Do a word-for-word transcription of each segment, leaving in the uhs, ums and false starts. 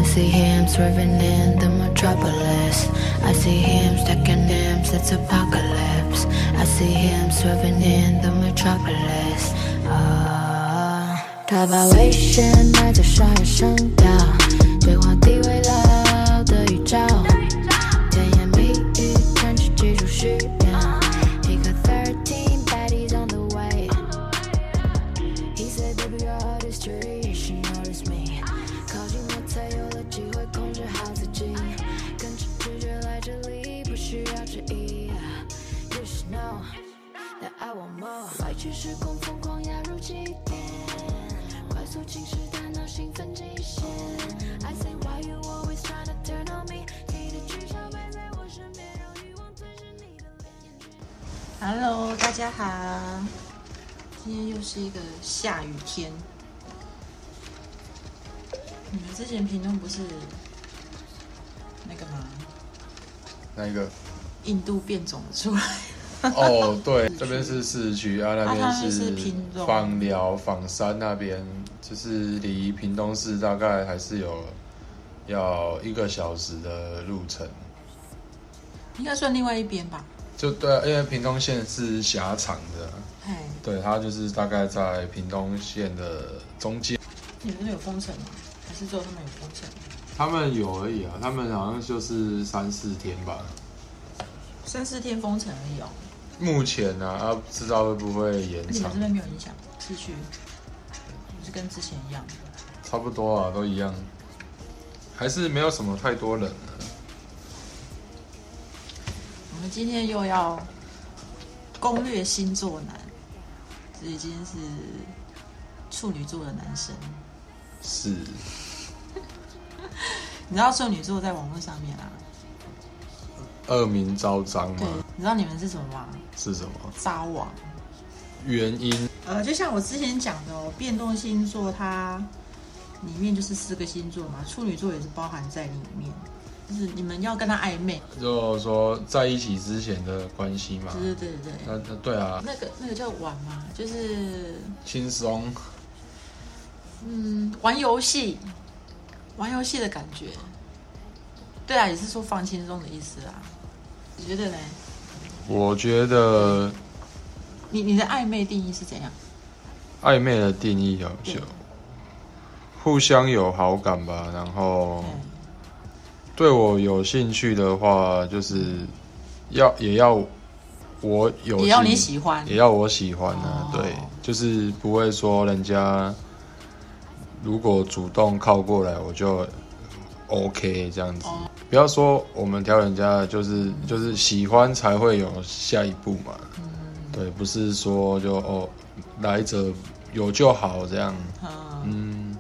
see him swerving in the metropolis. I see him stacking M's, it's apocalypse. I see him swerving in the metropolis. 啊，他把危险埋在双眼声调，对话地位老的预兆，甜言蜜语看着记住需要。He got thirteen baddies on the way. He said, baby, your heart is true, you should notice me. 靠近我才有了机会控制好自己，跟着直觉来这里，不需要质疑。You should know that I want more. 歪曲时空疯狂压入起点，快速侵蚀大脑兴奋极限。I say why you always trying to turn on me？ 你的取笑摆在我身边，让欲望吞噬你的脸。 Hello， 大家好，今天又是一个下雨天。你们之前屏东不是那个吗？ 哪一个？ 印度变种出来。 哦，对，这边是市区啊，那边是是屏东枋寮、枋山那边，就是离屏东市大概还是有要一个小时的路程。 应该算另外一边吧？ 就对啊，因为屏东县是狭长的，对，它就是大概在屏东县的中间。 你们那边有封城吗？还是只有他们有封城？ 他们有而已啊，他们好像就是三四天吧， 三四天封城而已哦。 目前呢、啊，啊，不知道会不会延长？ 你们这边没有影响，市区是跟之前一样， 差不多啊，都一样，还是没有什么太多人了。 我们今天又要攻略星座男，这已经是处女座的男生。 是， 你知道处女座在网络上面啊， 恶名昭彰吗？ 对，你知道你们是什么吗？ 是什么？ 渣王。 原因？ 呃，就像我之前讲的哦，变动星座它里面就是四个星座嘛，处女座也是包含在里面。就是你们要跟他暧昧， 就是说在一起之前的关系嘛。 对对对对。 那那对啊。 那个那个叫玩嘛，就是轻松。 嗯，玩游戏，玩游戏的感觉。对啊，也是说放轻松的意思啦。你觉得呢？ 我觉得， 你你的暧昧定义是怎样？ 暧昧的定义有就互相有好感吧，然后对我有兴趣的话，就是要也要我有， 也要你喜欢， 也要我喜欢啊。 哦、 对，就是不会说人家如果主动靠过来，我就 OK 这样子。哦，不要说我们挑人家，就是就是喜欢才会有下一步嘛。嗯，对，不是说就哦来者有就好这样。嗯。嗯，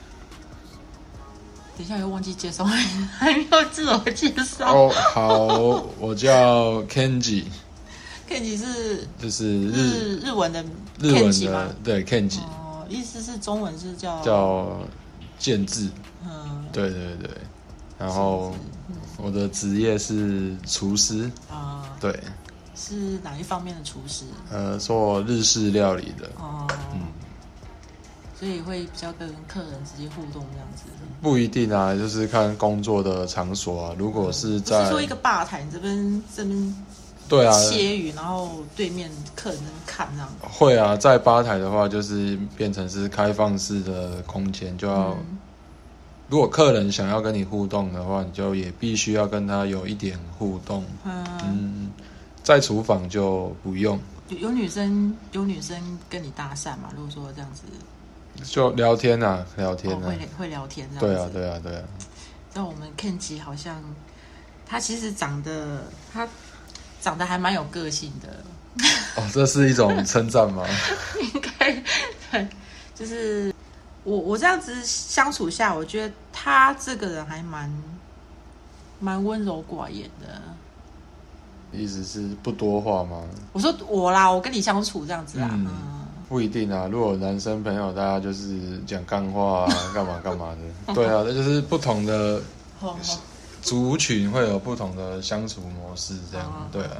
等一下又忘记介绍，还没有自我介绍。 哦，好，我叫 Kenji。Kenji 是就是日日文的日文的对 Kenji。 哦，意思是中文是叫叫建制。 嗯， 对对对。然后我的职业是厨师啊。嗯，对。 是哪一方面的厨师？ 呃，做日式料理的。 哦。嗯。所以会比较跟客人直接互动这样子。 不一定啊，就是看工作的场所啊。如果是在， 不是说一个吧台，你这边这边对啊切鱼，然后对面客人在那边看这样。 会啊，在吧台的话，就是变成是开放式的空间，就要、嗯、如果客人想要跟你互动的话，你就也必须要跟他有一点互动。嗯，嗯在厨房就不用。 有女生有女生跟你搭讪嘛？如果说这样子。 就聊天啊，聊天啊， 哦、会会聊天这样子。 对啊，对啊，对啊。 那我们 Kenji 好像，他其实长得，他长得还蛮有个性的。 哦，这是一种称赞吗？ 应该对，就是我我这样子相处下，我觉得他这个人还蛮蛮温柔寡言的。 意思是不多话吗？ 我说我啦，我跟你相处这样子啦。嗯嗯不一定啊，如果男生朋友大家就是讲干话啊，干嘛干嘛的，对啊，那就是不同的族群会有不同的相处模式，这样、哦、对啊。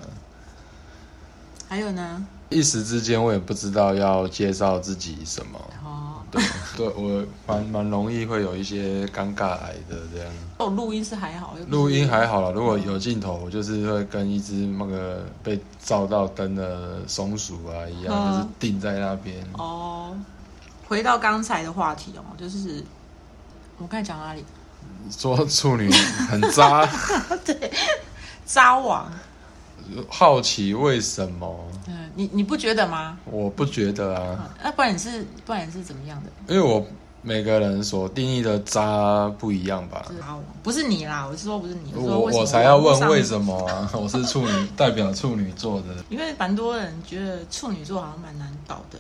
还有呢？ 一时之间我也不知道要介绍自己什么。 哦， 对对，我蛮蛮容易会有一些尴尬癌的这样。 哦，录音是还好， 录音还好啦，如果有镜头，我就是会跟一只那个被照到灯的松鼠啊一样，嗯、就是定在那边。 哦，回到刚才的话题哦，就是我刚才讲哪里？ 说处女很渣， 对，渣王。 好奇为什么？ 嗯，你你不觉得吗？ 我不觉得啊。 那、嗯、不然你是不然你是怎么样的？ 因为我每个人所定义的渣不一样吧。 不是你啦，我是说不是你。我我我才要问为什么啊？我是处女，代表处女座的。 因为蛮多人觉得处女座好像蛮难搞的。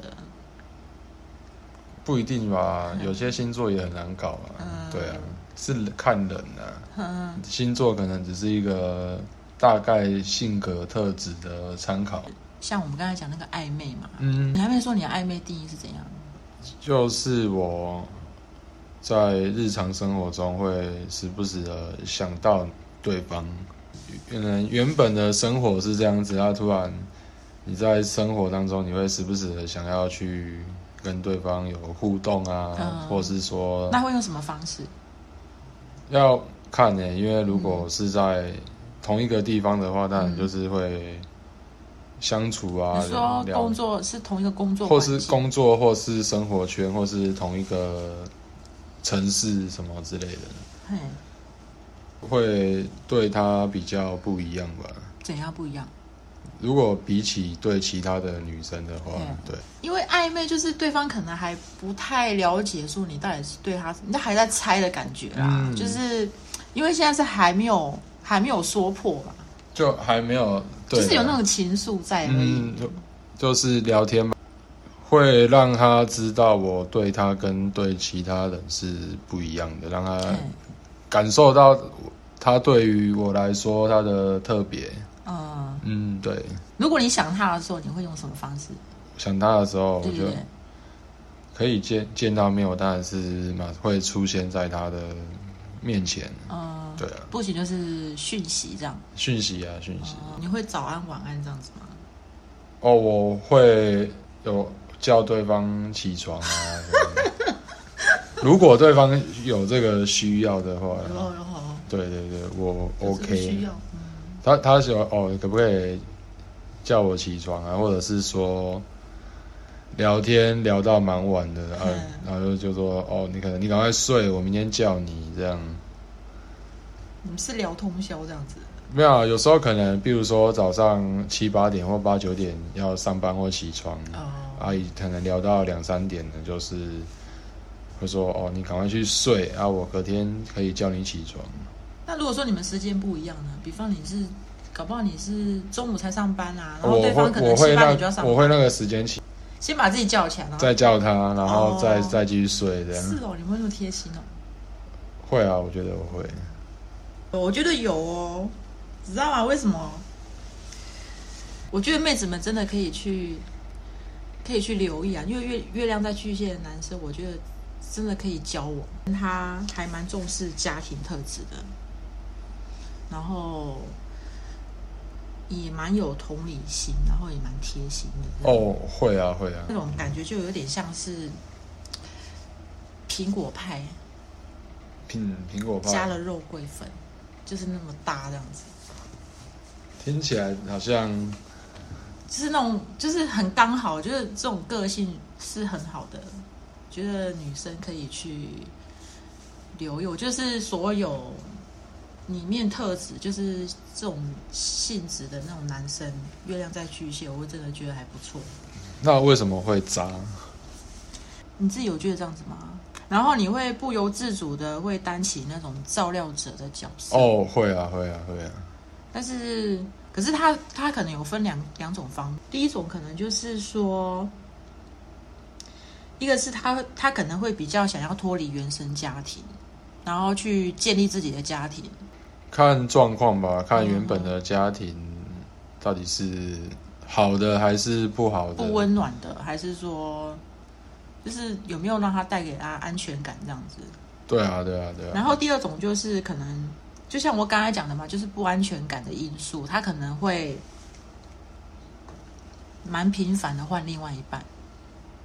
不一定吧，嗯、有些星座也很难搞啊。嗯、对啊，是看人啊。嗯、星座可能只是一个大概性格特质的参考。 像我们刚才讲那个暧昧嘛，嗯，你还没说你的暧昧定义是怎样？ 就是我在日常生活中会时不时的想到对方，原原本的生活是这样子，啊，突然你在生活当中，你会时不时的想要去跟对方有互动啊，嗯、或是说， 那会用什么方式？ 要看呢、欸，因为如果是在同一个地方的话，当然就是会相处啊。 你说工作是同一个工作， 或是工作，或是生活圈，或是同一个城市什么之类的，会对他比较不一样吧？ 怎样不一样？ 如果比起对其他的女生的话，对， 因为暧昧就是对方可能还不太了解，说你到底是对他，你还在猜的感觉啦。嗯、就是因为现在是还没有还没有说破嘛， 就还没有，对， 就是有那种情愫在而已。 嗯，就就是聊天嘛，会让他知道我对他跟对其他人是不一样的，让他感受到他对于我来说他的特别。嗯嗯，对。如果你想他的时候，你会用什么方式？ 想他的时候，我就可以见见到面，我当然是嘛会出现在他的面前。嗯，对啊。 不行就是讯息这样。 讯息啊，讯息、 哦。你会早安晚安这样子吗？ 哦，我会有叫对方起床啊。如果对方有这个需要的话， 有有有。 对对对，我 OK。 需要。 他他喜欢哦，可不可以叫我起床啊？或者是说聊天聊到蛮晚的啊，嗯、然后就说哦，你可能你赶快睡，我明天叫你这样。 你们是聊通宵这样子？ 没有，有时候可能，比如说早上七八点或八九点要上班或起床，哦、阿姨可能聊到两三点的，就是会说哦，你赶快去睡啊，我隔天可以叫你起床。 那如果说你们时间不一样呢？比方你是，搞不好你是中午才上班啊，然后对方可能七八点就要上班。 我会那个时间起， 先把自己叫起来，然后再叫他，然后再、哦、再继续睡这样。 是哦，你会那么贴心哦？ 会啊，我觉得我会。 我觉得有哦，你知道吗？为什么？我觉得妹子们真的可以去，可以去留意啊，因为月月亮在巨蟹的男生，我觉得真的可以交往，他还蛮重视家庭特质的。然后也蛮有同理心，然后也蛮贴心的。 哦，会啊，会啊， 那种感觉就有点像是苹果派， 苹苹果派加了肉桂粉，就是那么大这样子。 听起来好像就是那种，就是很刚好，我觉得这种个性是很好的，觉得女生可以去留意。我就是所有里面特质就是这种性质的那种男生，月亮在巨蟹，我真的觉得还不错。 那为什么会渣？ 你自己有觉得这样子吗？然后你会不由自主的会担起那种照料者的角色。 哦，会啊，会啊，会啊。 但是，可是他他可能有分两两种方面。第一种可能就是说，一个是他他可能会比较想要脱离原生家庭，然后去建立自己的家庭。 看状况吧，看原本的家庭到底是好的还是不好的， 不温暖的，还是说就是有没有让他带给他安全感这样子。 对啊对啊对啊。 然后第二种就是可能就像我刚才讲的嘛，就是不安全感的因素，他可能会蛮频繁的换另外一半。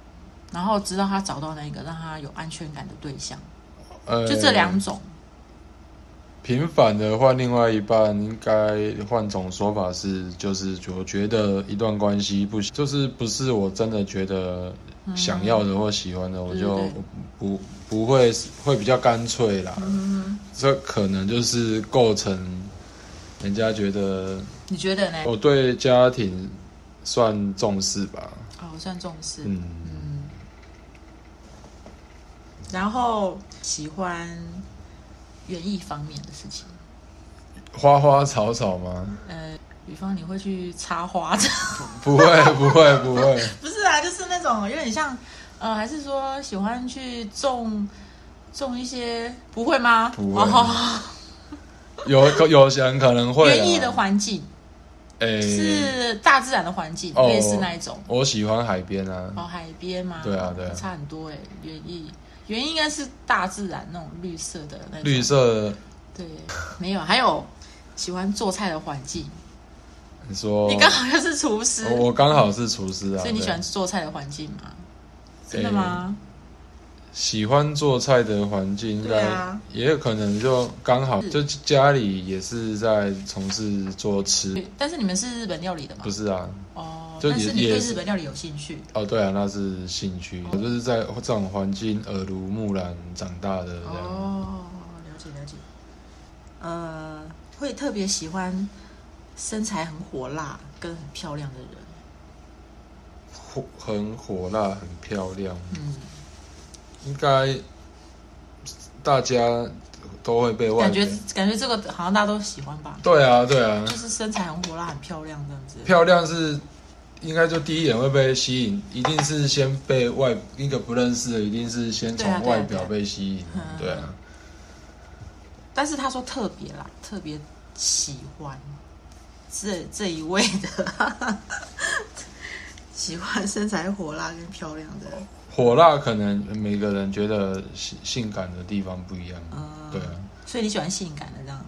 然后直到他找到那个让他有安全感的对象， 呃， 就这两种。 平反的换另外一半，应该换种说法是，就是我觉得一段关系不，就是不是我真的觉得想要的或喜欢的，嗯、我就不不会会比较干脆啦。嗯、这可能就是构成人家觉得。 你觉得呢？ 我对家庭算重视吧。 哦，算重视。 嗯嗯。然后喜欢。园艺方面的事情， 花花草草吗？ 呃，比方你会去插花的？ 不会，不会，不会。 不是啊，就是那种有点像，呃，还是说喜欢去种种一些？不会吗？ 不会。哦、有有些人可能会、啊。 园艺的环境， 诶、欸， 是大自然的环境，类似那一种。 我喜欢海边啊。 哦，海边嘛。 对啊，对啊。 差很多哎、欸，园艺。原因应该是大自然那种绿色的那种绿色， 对，没有，还有喜欢做菜的环境。 你说你刚好又是厨师， 我刚好是厨师啊， 所以你喜欢做菜的环境吗？真的吗？ 喜欢做菜的环境，应该也有可能就刚好，就家里也是在从事做吃。 但是你们是日本料理的吗？ 不是啊。 哦。 就但是你对日本料理有兴趣？ 哦，对啊，那是兴趣。我、哦、就是在这种环境耳濡目染长大的这样。 哦，了解了解。呃，会特别喜欢身材很火辣跟很漂亮的人。 火很火辣，很漂亮。 嗯， 应该大家都会被外感觉感觉这个好像大家都喜欢吧？ 对啊，对啊， 就是身材很火辣、很漂亮这样子。 漂亮是。应该就第一眼会被吸引，一定是先被外一个不认识的，一定是先从外表被吸引，对啊。对啊对啊但是他说特别啦，特别喜欢这这一位的，喜欢身材火辣跟漂亮的。 火辣可能每个人觉得性感的地方不一样，嗯、对啊。 所以你喜欢性感的这样？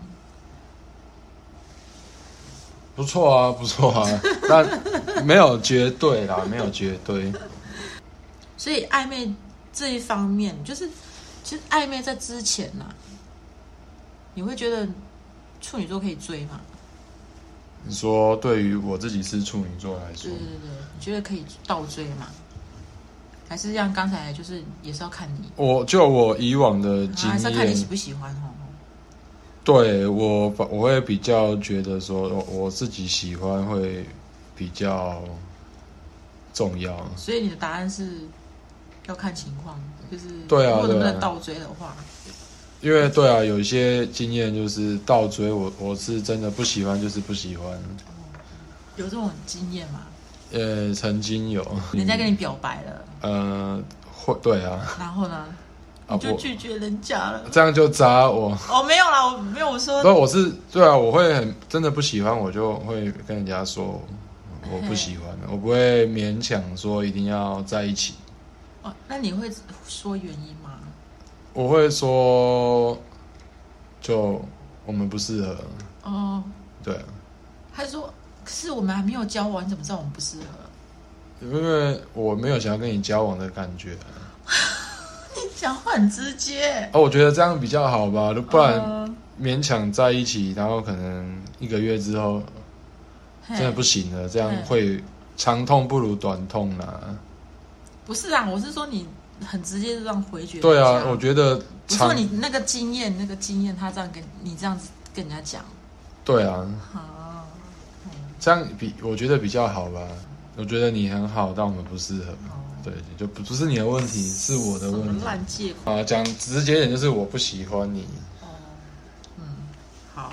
不错啊，不错啊，但没有绝对啦，没有绝对。 所以暧昧这一方面，就是其实暧昧在之前呐、啊，你会觉得处女座可以追吗？ 你说对于我自己是处女座来说， 对对对，你觉得可以倒追吗？还是像刚才就是也是要看你？我就我以往的经验， 还是要看你喜不喜欢哦。 对我，我会比较觉得说，我自己喜欢会比较重要。 所以你的答案是要看情况，就是对啊， 如果能不能倒追的话， 因为对啊，有一些经验就是倒追我，我是真的不喜欢，就是不喜欢。 哦、有这种经验吗？ 呃，曾经有， 人家跟你表白了， 呃，会对啊， 然后呢？你就拒绝人家了， 这样就渣我。 哦，没有啦，我没有说。 不，我是对啊，我会很真的不喜欢，我就会跟人家说我不喜欢，我不会勉强说一定要在一起。 哦，那你会说原因吗？ 我会说，就我们不适合。 哦， 对啊。 他说，可是我们还没有交往，你怎么知道我们不适合？ 因为我没有想要跟你交往的感觉。 你讲话很直接。 哦，我觉得这样比较好吧，不然勉强在一起，然后可能一个月之后真的不行了，这样会长痛不如短痛啦。 不是啊，我是说你很直接就这样回绝。 对啊，我觉得。 我说你那个经验，那个经验，他这样跟你这样子跟人家讲。 对啊。啊、嗯，这样比我觉得比较好吧。我觉得你很好，但我们不适合。哦、对，就不不是你的问题，是我的问题。 烂借口啊！讲直接一点，就是我不喜欢你。 哦，嗯，好。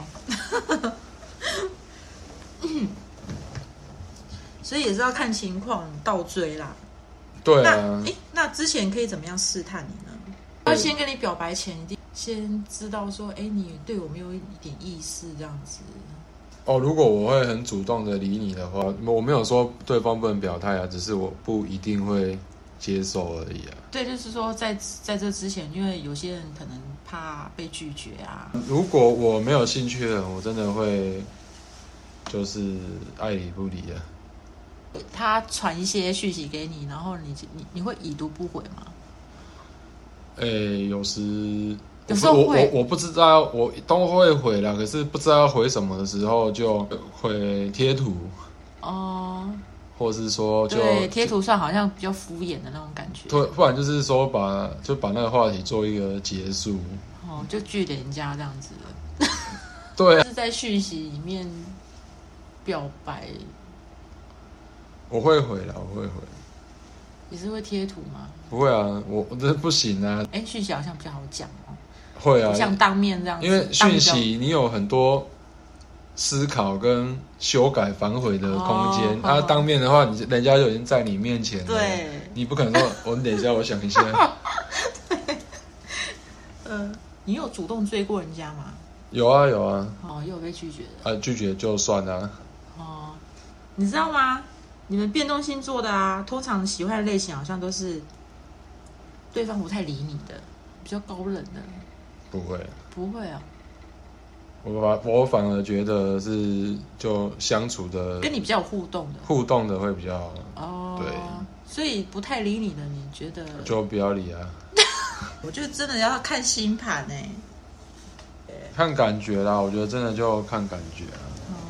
所以也是要看情况倒追啦。 对啊。 那那之前可以怎么样试探你呢？要先跟你表白前，一定先知道说，哎，你对我没有一点意思，这样子。 哦，如果我会很主动的理你的话，我没有说对方不能表态啊，只是我不一定会接受而已啊。 对，就是说在在这之前，因为有些人可能怕被拒绝啊。 如果我没有兴趣的人，我真的会就是爱理不理啊。 他传一些讯息给你，然后你你你会已读不回吗？ 诶，有时有时候我会我我不知道，我都会回啦，可是不知道要回什么的时候，就会贴图哦， 或是说就对，贴图算好像比较敷衍的那种感觉。 对，不然就是说把就把那个话题做一个结束。 哦，就拒人家这样子的。 对啊， 是在讯息里面表白， 我会回啦，我会回。 你是会贴图吗？ 不会啊，我我这不行啊。 哎，讯息好像比较好讲哦， 会啊， 不像当面这样子。 因为讯息你有很多思考跟修改反悔的空间， 哦啊，当面的话，你人家就已经在你面前了， 对， 你不可能说，我等一下，我想一下。 对，呃，你有主动追过人家吗？ 有啊有啊， 哦，也有被拒绝的。 啊，拒绝就算了。 哦，你知道吗？你们变动星座的啊，通常喜欢的类型好像都是对方不太理你的，比较高冷的。 不会， 不会啊， 我反我反而觉得是就相处的跟你比较有互动的。 互动的会比较哦， 对， 所以不太理你的，你觉得？ 就不要理啊。 我觉得真的要看星盘哎。 看感觉啦，我觉得真的就看感觉啊。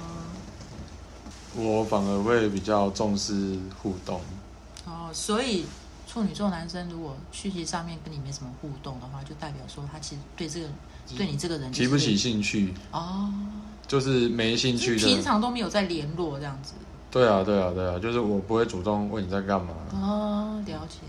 我反而会比较重视互动。 哦，所以处女座男生如果讯息上面跟你没什么互动的话，就代表说他其实对这个对你这个人、就是、 提不起兴趣哦， 就是没兴趣的， 平常都没有在联络这样子。 对啊，对啊，对啊，就是我不会主动问你在干嘛。 哦，了解，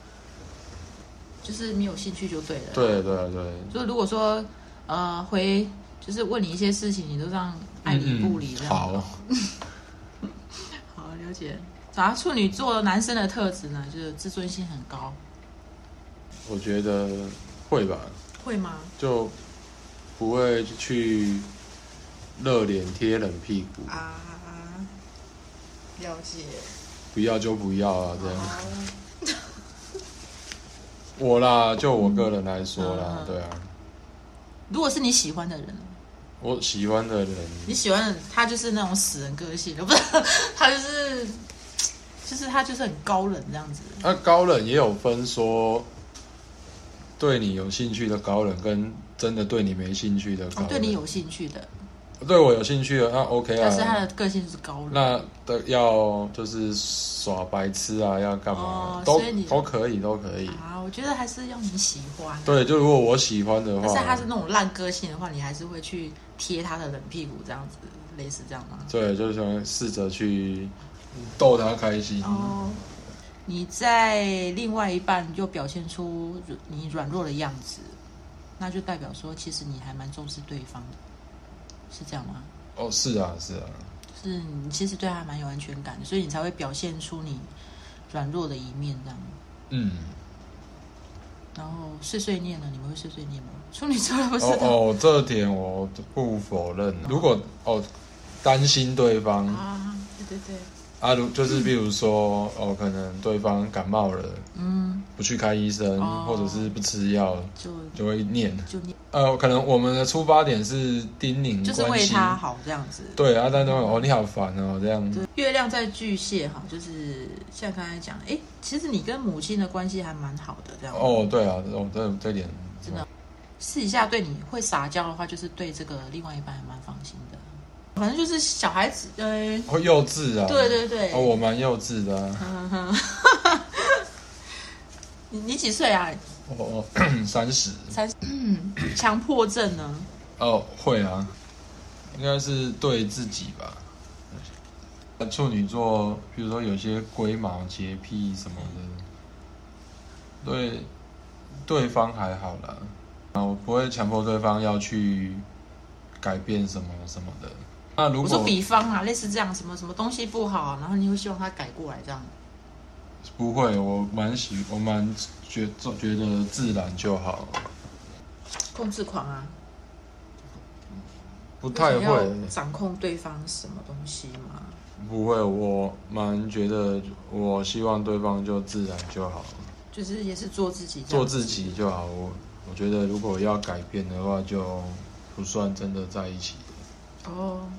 就是没有兴趣就对了。 对对对， 就如果说呃回就是问你一些事情，你都这样爱理不理这样。 嗯嗯、好。 好，了解。然后处女座男生的特质呢，就是自尊心很高。 我觉得会吧。 会吗？ 就不会去热脸贴冷屁股啊。了解。 不要就不要啊，这样。我啦，就我个人来说啦，嗯、对啊。 如果是你喜欢的人。 我喜欢的人， 你喜欢的他就是那种死人个性，不是他就是，就是他就是很高冷这样子。 那、啊、高冷也有分说，对你有兴趣的高冷，跟真的对你没兴趣的高冷。 哦、对你有兴趣的， 对我有兴趣的，那 OK 啊。 但是他的个性是高冷， 那的要就是耍白痴啊，要干嘛、 哦、 都都可以，都可以啊。我觉得还是要你喜欢、啊。 对，就如果我喜欢的话， 但是他是那种烂个性的话，你还是会去贴他的冷屁股这样子，类似这样吗？ 对，就是想试着去逗他开心。 哦，你在另外一半就表现出你软弱的样子，那就代表说，其实你还蛮重视对方的，是这样吗？ 哦，是啊，是啊， 是你其实对他蛮有安全感的，所以你才会表现出你软弱的一面这样。 嗯。 然后碎碎念呢？你们会碎碎念吗？处女座不是哦哦，这点我不否认。如果哦担心对方啊，对对对啊，如就是比如说、嗯、哦，可能对方感冒了，嗯，不去看医生，哦、或者是不吃药， 就就会念， 就念。呃， 可能我们的出发点是叮咛， 就是为他好这样子。 对啊，但是哦，你好烦哦，这样。 月亮在巨蟹哈，就是像刚才讲，哎，其实你跟母亲的关系还蛮好的，这样。 哦，对啊，哦，这这点真的，私底下对你会撒娇的话，就是对这个另外一半还蛮放心的。反正就是小孩子，呃， 会幼稚啊。 对对对。 哦，我蛮幼稚的、啊。 你你几岁啊？ 哦，三十。 三十。强迫症呢？ 哦，会啊，应该是对自己吧。处女座，比如说有些龟毛洁癖什么的，对对方还好啦。啊，我不会强迫对方要去改变什么什么的。那如果我说比方啊，类似这样，什么什么东西不好，然后你会希望他改过来这样？ 不会，我蛮喜，我蛮觉觉得自然就好。 控制狂啊？ 不太会掌控对方什么东西吗？ 不会，我蛮觉得，我希望对方就自然就好， 就是也是做自己， 做自己就好。我我觉得如果要改变的话，就不算真的在一起的。 哦，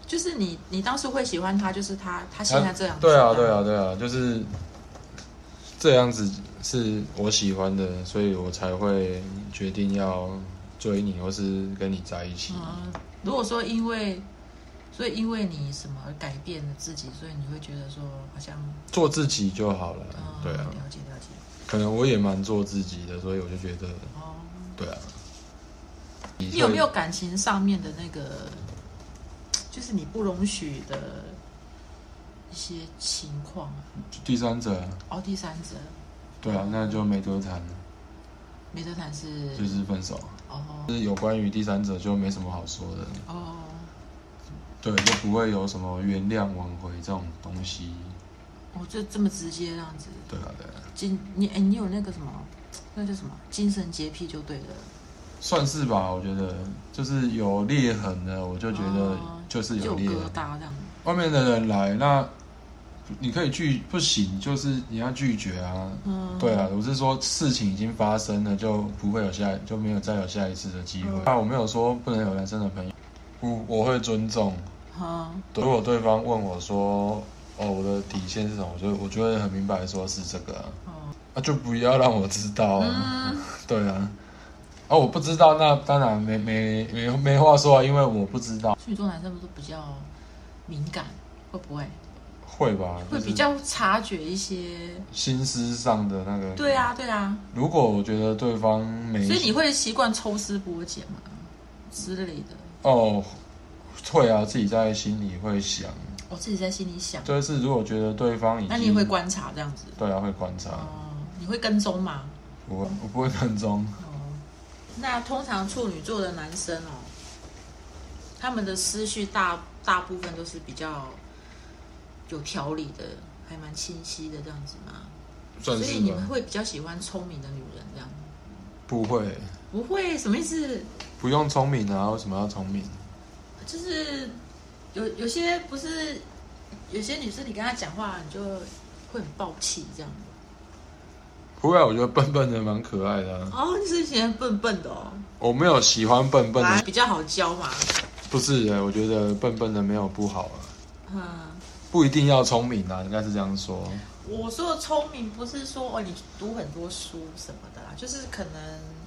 就是你你当初会喜欢他，就是他他现在这样子。 对啊，对啊，对啊，就是这样子是我喜欢的，所以我才会决定要追你，或是跟你在一起。 嗯，如果说因为，所以因为你什么而改变了自己，所以你会觉得说好像做自己就好了。 嗯、 对啊， 了解了解。 可能我也蛮做自己的，所以我就觉得， 哦， 对啊。 你有没有感情上面的那个，就是你不容许的一些情况？ 第三者？ 哦，第三者。 对啊，那就没得谈。 没得谈是就是分手。 哦， 就是有关于第三者就没什么好说的。 哦， 对，就不会有什么原谅挽回这种东西。 哦，就这么直接这样子。 对啊，对啊。 精你哎、欸，你有那个什么，那叫什么精神洁癖就对了。 算是吧，我觉得就是有裂痕的，我就觉得就是有裂痕。 就疙瘩这样。 外面的人来，那你可以拒不行，就是你要拒绝啊。嗯，对啊，我是说事情已经发生了，就不会有下，就没有再有下一次的机会。那、嗯、我没有说不能有男生的朋友，我我会尊重。嗯，如果对方问我说，哦，我的底线是什么，我就我就会很明白说是这个啊，嗯、啊就不要让我知道啊。嗯、对啊。啊，我不知道，那当然没没没没话说啊，因为我不知道。 处女座男生不是比较敏感，会不会？ 会吧， 会比较察觉一些心思上的那个。 对啊，对啊。 如果我觉得对方没， 所以你会习惯抽丝剥茧吗之类的？ 哦，会啊，自己在心里会想。 我、哦、自己在心里想。 就是如果觉得对方已经， 那你会观察这样子？ 对啊，会观察。 哦，你会跟踪吗？ 我我不会跟踪。 那通常处女座的男生哦，他们的思绪大大部分都是比较有条理的，还蛮清晰的这样子吗？ 算是吧。 所以你们会比较喜欢聪明的女人这样？ 不会。 不会？什么意思？ 不用聪明啊？为什么要聪明？ 就是有有些不是有些女生，你跟她讲话，你就会很暴气这样。 不会啊，我觉得笨笨的蛮可爱的啊。 哦，你是喜欢笨笨的哦？ 我没有喜欢笨笨的， 比较好教嘛。 不是的，我觉得笨笨的没有不好啊。 嗯， 不一定要聪明啊，应该是这样说。 我说的聪明不是说哦，你读很多书什么的啦，就是可能，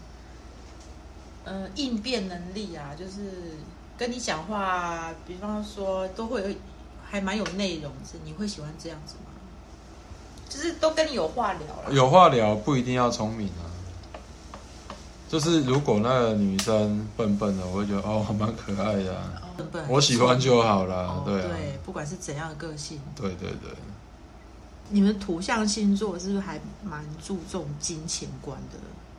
呃，应变能力啊，就是跟你讲话，比方说都会有，还蛮有内容，是你会喜欢这样子吗？就是都跟你有话聊了。 有话聊不一定要聪明啊。就是如果那个女生笨笨的，我会觉得哦，蛮可爱的、啊哦，笨笨，我喜欢就好啦。哦、对、啊、 对，不管是怎样的个性。 对对对。 你们土象星座是不是还蛮注重金钱观的？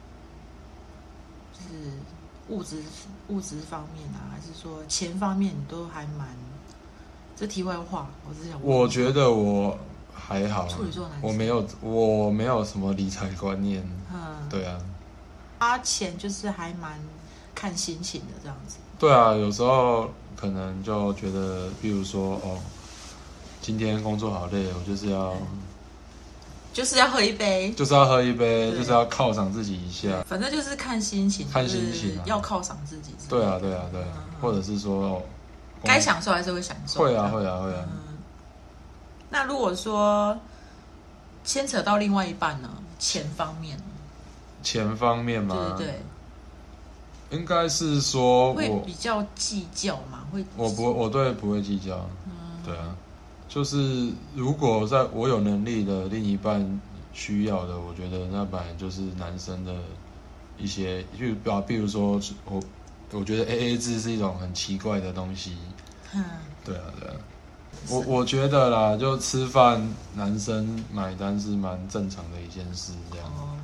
就是物质物质方面啊，还是说钱方面，你都还蛮……这题外话，我只想问。 我觉得我还好， 处女座男生， 我没有我没有什么理财观念。嗯，对啊。 花钱就是还蛮看心情的这样子。 对啊，有时候可能就觉得，比如说哦，今天工作好累，我就是要、嗯， 就是要喝一杯， 就是要喝一杯，就是要犒赏自己一下。 反正就是看心情， 看心情、啊， 要犒赏自己。 对啊，对啊，对啊，嗯、或者是说哦， 该享受还是会享受。 会啊，会啊，会啊。 嗯、那如果说牵扯到另外一半呢，钱方面。 钱方面吗？ 对对对，应该是说会比较计较嘛，会我不我对不会计较，嗯，对啊，就是如果在我有能力的另一半需要的，我觉得那本来就是男生的一些，就比比如说我我觉得 A A 制是一种很奇怪的东西，嗯，对啊对啊，我我觉得啦，就吃饭男生买单是蛮正常的一件事，这样。哦，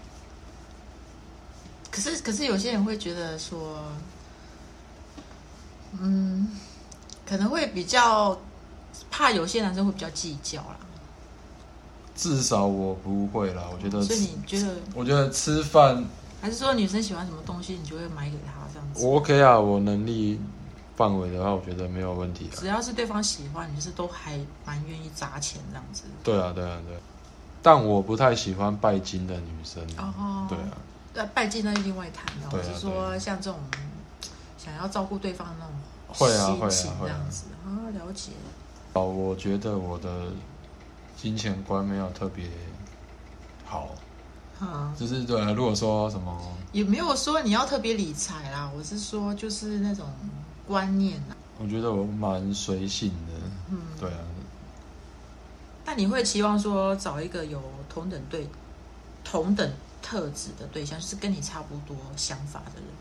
可是，可是有些人会觉得说，嗯，可能会比较怕有些男生会比较计较啦。 至少我不会啦，我觉得。 所以你觉得？ 我觉得吃饭， 还是说女生喜欢什么东西，你就会买给她这样子？ 我 OK 啊，我能力范围的话，我觉得没有问题啊。 只要是对方喜欢，你就是都还蛮愿意砸钱这样子。 对啊，对啊，对啊。但我不太喜欢拜金的女生。哦。对啊。 对，拜金那是另外谈的。我是说，像这种想要照顾对方的那种会啊会啊心情会啊这样子啊，了解。 哦，我觉得我的金钱观没有特别好， 嗯， 就是对啊，如果说什么也没有说你要特别理财啦，我是说就是那种观念啊。 我觉得我蛮随性的， 嗯， 对啊。 那你会期望说找一个有同等对同等特质的对象，就是跟你差不多想法的人？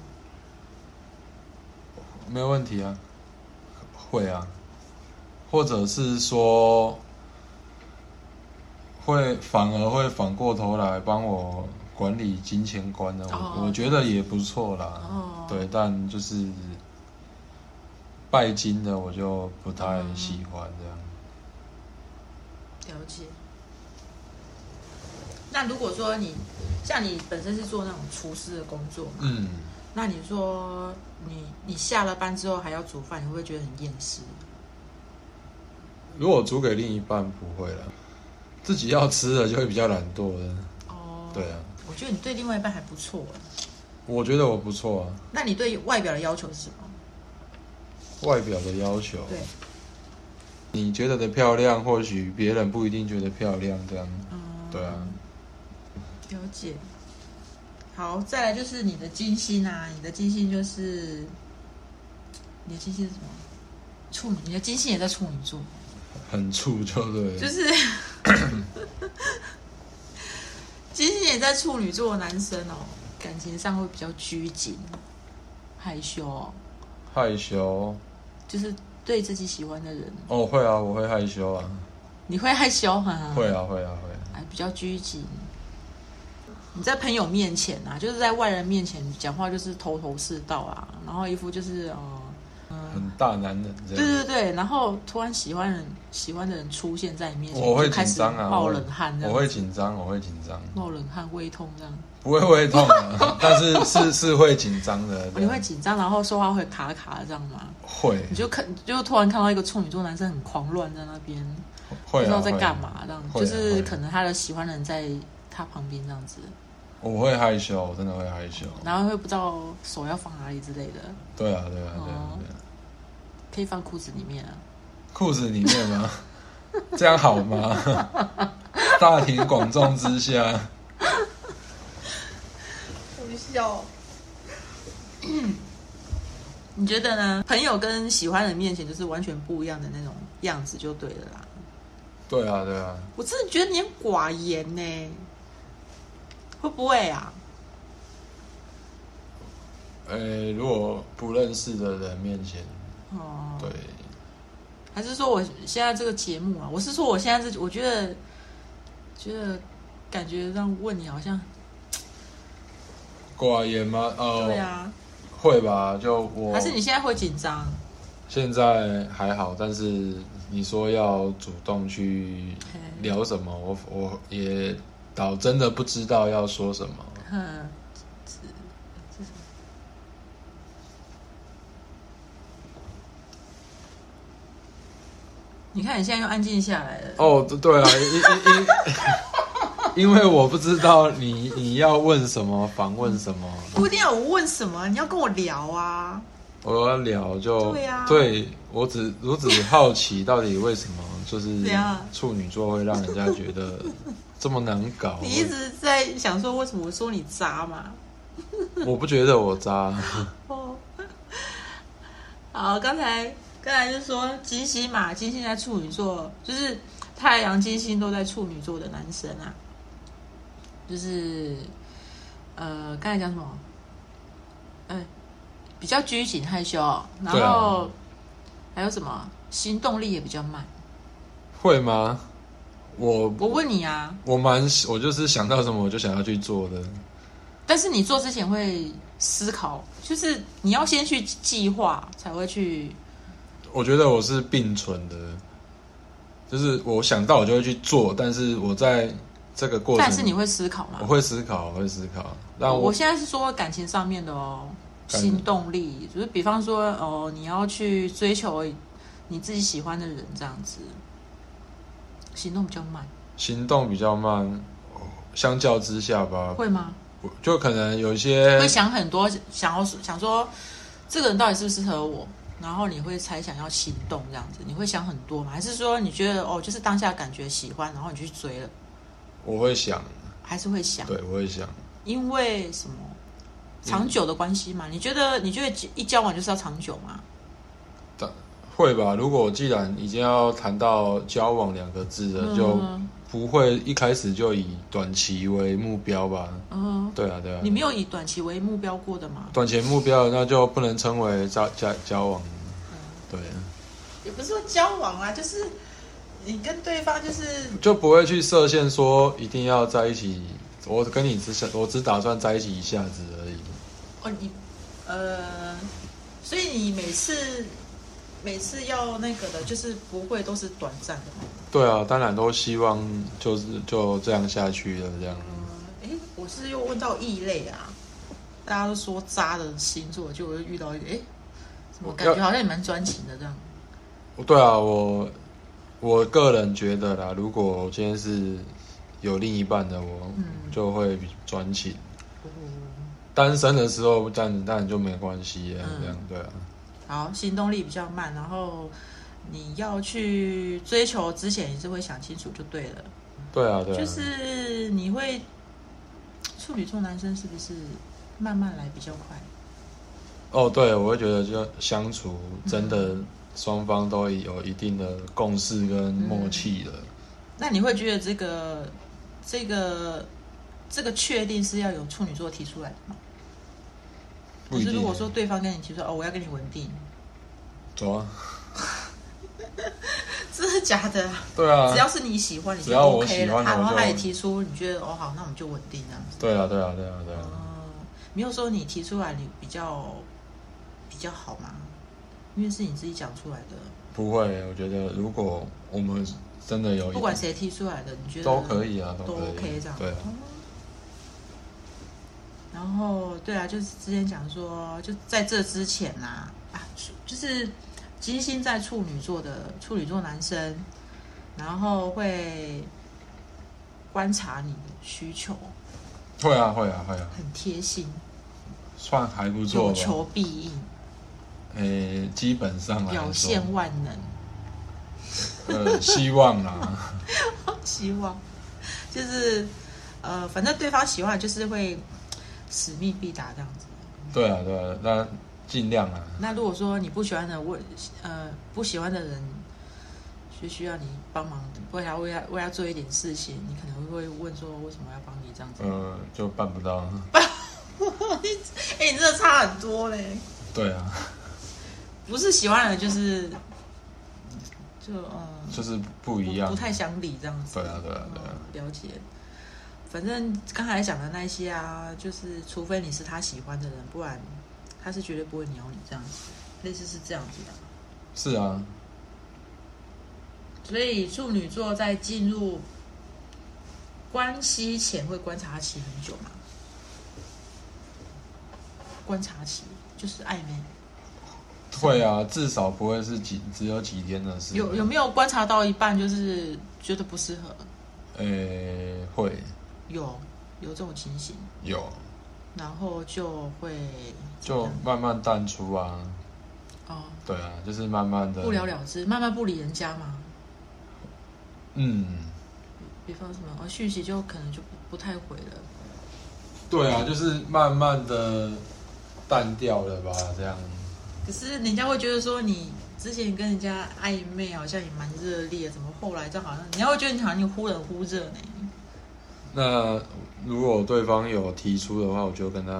没有问题啊，会啊，或者是说会反而会反过头来帮我管理金钱观的， 哦、 我我觉得也不错啦。 哦， 对，但就是拜金的我就不太喜欢这样。 了解。那如果说你像你本身是做那种厨师的工作嘛， 嗯， 那你说你你下了班之后还要煮饭，你会不会觉得很厌世？ 如果煮给另一半不会啦，自己要吃的就会比较懒惰的。 哦， 对啊， 我觉得你对另外一半还不错。 我觉得我不错啊。 那你对外表的要求是什么？ 外表的要求， 对， 你觉得的漂亮，或许别人不一定觉得漂亮，这样， 嗯， 对啊。 了解。好，再来就是你的金星啊，你的金星就是你的金星是什么？处女，你的金星也在处女座， 很处就对了， 就是金星也在处女座的男生哦，感情上会比较拘谨、害羞哦， 害羞。 就是对自己喜欢的人， 哦，会啊，我会害羞啊。 你会害羞哈？ 会啊，会啊，会啊。 还比较拘谨。你在朋友面前啊，就是在外人面前讲话就是头头是道啊，然后一副就是呃。 很大男人这样。 对对对，然后突然喜欢人喜欢的人出现在你面前， 我会紧张啊， 冒冷汗这样， 我会紧张，我会紧张， 冒冷汗、胃痛这样。 不会胃痛啊，但是是是会紧张的。 你会紧张，然后说话会卡卡这样吗？ 会。 你就看，就突然看到一个处女座男生很狂乱在那边， 会、啊、 不知道在干嘛这样， 啊、 就是可能他的喜欢的人在他旁边这样子。 我会害羞，我真的会害羞， 然后会不知道手要放哪里之类的。 对啊，对啊，对啊， 哦、 对啊。 可以放裤子里面啊？ 裤子里面吗？这样好吗？大庭广众之下， 不笑。你觉得呢？朋友跟喜欢的人面前就是完全不一样的那种样子，就对了啦。 对啊，对啊。 我真的觉得你很寡言呢，会不会啊？ 呃，如果不认识的人面前。哦，对， 还是说我现在这个节目啊？我是说我现在这，我觉得觉得感觉让问你好像寡言吗？哦， 对啊， 会吧？就我还是你现在会紧张？ 现在还好，但是你说要主动去聊什么，我我也倒真的不知道要说什么。 嗯。你看，你现在又安静下来了。 哦，对啊，因因因为我不知道你你要问什么，访问什么。 不一定要我问什么，你要跟我聊啊。 我要聊就对啊， 对我只我只好奇，到底为什么就是处女座会让人家觉得这么难搞？ 你一直在想说，为什么我说你渣嘛？ 我不觉得我渣。 哦，好，刚才。刚才就是说金星嘛，金星在处女座，就是太阳、金星都在处女座的男生啊，就是呃，刚才讲什么？嗯、呃，比较拘谨害羞，然后、啊、还有什么？行动力也比较慢。 会吗？我我问你啊， 我蛮我就是想到什么我就想要去做的。 但是你做之前会思考，就是你要先去计划，才会去。 我觉得我是并存的，就是我想到我就会去做，但是我在这个过程， 但是你会思考吗？ 我会思考，我会思考。但我我现在是说感情上面的哦，行动力，就是比方说哦，你要去追求你自己喜欢的人，这样子，行动比较慢。 行动比较慢，相较之下吧， 会吗？ 就可能有一些会想很多，想要想说。 这个人到底适不适合我？然后你会才想要行动这样子，你会想很多吗？还是说你觉得哦，就是当下感觉喜欢，然后你就去追了？ 我会想， 还是会想？ 对，我会想， 因为什么？长久的关系嘛？你觉得你觉得一交往就是要长久吗？ 会吧。如果既然已经要谈到交往两个字了，嗯、就不会一开始就以短期为目标吧。嗯，对啊，对啊。 你没有以短期为目标过的吗？ 短期目标那就不能称为交交交往。嗯，对。 也不是说交往啊，就是你跟对方就是就不会去设限说一定要在一起。我跟你只想，我只打算在一起一下子而已。 哦，你呃，所以你每次每次要那个的，就是不会都是短暂的吗？ 对啊，当然都希望就是就这样下去了，这样。 哎、呃，我是又问到异类啊，大家都说渣的星座，就我又遇到一个，哎，怎么感觉好像也蛮专情的这样？ 对啊，我我个人觉得啦，如果我今天是有另一半的我，嗯、就会专情。哦、单身的时候，这样当然就没关系了，嗯、这样对啊。 好，行动力比较慢，然后你要去追求之前，你是会想清楚就对了。 对啊，对啊。 就是你会处女座男生是不是慢慢来比较快？ 哦，对，我会觉得就相处真的双方都有一定的共识跟默契了。嗯、 那你会觉得这个这个这个确定是要有处女座提出来的吗？可是如果说对方跟你提出哦，我要跟你稳定， 走啊， 真的假的？ 对啊， 只要是你喜欢，你就 OK 了。然后他也提出，你觉得哦好，那我们就稳定这样子。 对啊，对啊，对啊，对啊。 嗯，没有说你提出来你比较比较好吗？因为是你自己讲出来的。 不会，我觉得如果我们真的有， 不管谁提出来的，你觉得都可以啊， 都 OK 这样。 对啊。 然后，对啊，就是之前讲说，就在这之前啊，啊，就是金星在处女座的处女座男生，然后会观察你的需求。 会啊，会啊，会啊。 很贴心， 算还不错吧。 有求必应。 诶，基本上来说， 表现万能。 呃，希望啦。 希望，就是呃，反正对方喜欢，就是会。使命必达这样子。 对啊，对啊，那尽量啊。 那如果说你不喜欢的问，呃，不喜欢的人，就需要你帮忙，为他为他为他做一点事情，你可能会问说，为什么要帮你这样子？ 呃，就办不到。 你，哎、欸，你真的差很多嘞。 对啊。 不是喜欢的人，就是就嗯， 就是不一样， 不, 不太想理这样子。 对啊，对啊，对啊， 嗯、了解。反正刚才讲的那些啊，就是除非你是他喜欢的人，不然他是绝对不会鸟你这样子，类似是这样子的。 是啊。 所以处女座在进入关系前会观察期很久嘛？观察期就是暧昧。 会啊，至少不会是几只有几天的事。 有有没有观察到一半就是觉得不适合？ 诶，会。 有有这种情形， 有， 然后就会就慢慢淡出啊。哦，对啊，就是慢慢的不了了之，慢慢不理人家嘛。 嗯， 比方什么哦，讯息就可能就不不太回了。 对啊，就是慢慢的淡掉了吧，这样。 可是人家会觉得说你之前跟人家暧昧好像也蛮热烈，怎么后来这样好像，人家会觉得你好像你忽冷忽热呢。 那如果对方有提出的话，我就跟他。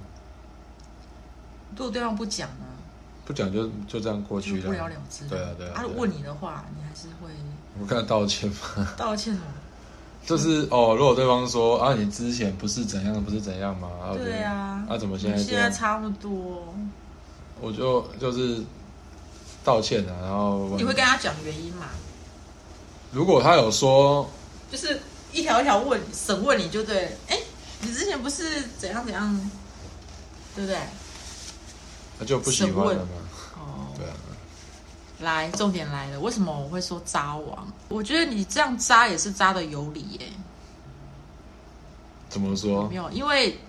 如果对方不讲呢？ 不讲就就这样过去了， 不了了之。 对啊，对啊。 他、啊、问你的话，你还是会。 我跟他道歉嘛。 道歉什么？ 就是哦，如果对方说啊，你之前不是怎样，不是怎样嘛？啊对啊。 啊，怎么现在现在差不多？ 我就就是道歉啊，然后你会跟他讲原因嘛？ 如果他有说， 就是一条一条问审问你就对，哎，你之前不是怎样怎样，对不对？ 他就不喜欢了嘛。 哦， 对啊。 来，重点来了，为什么我会说渣王？我觉得你这样渣也是渣的有理耶。 怎么说？ 没有，因为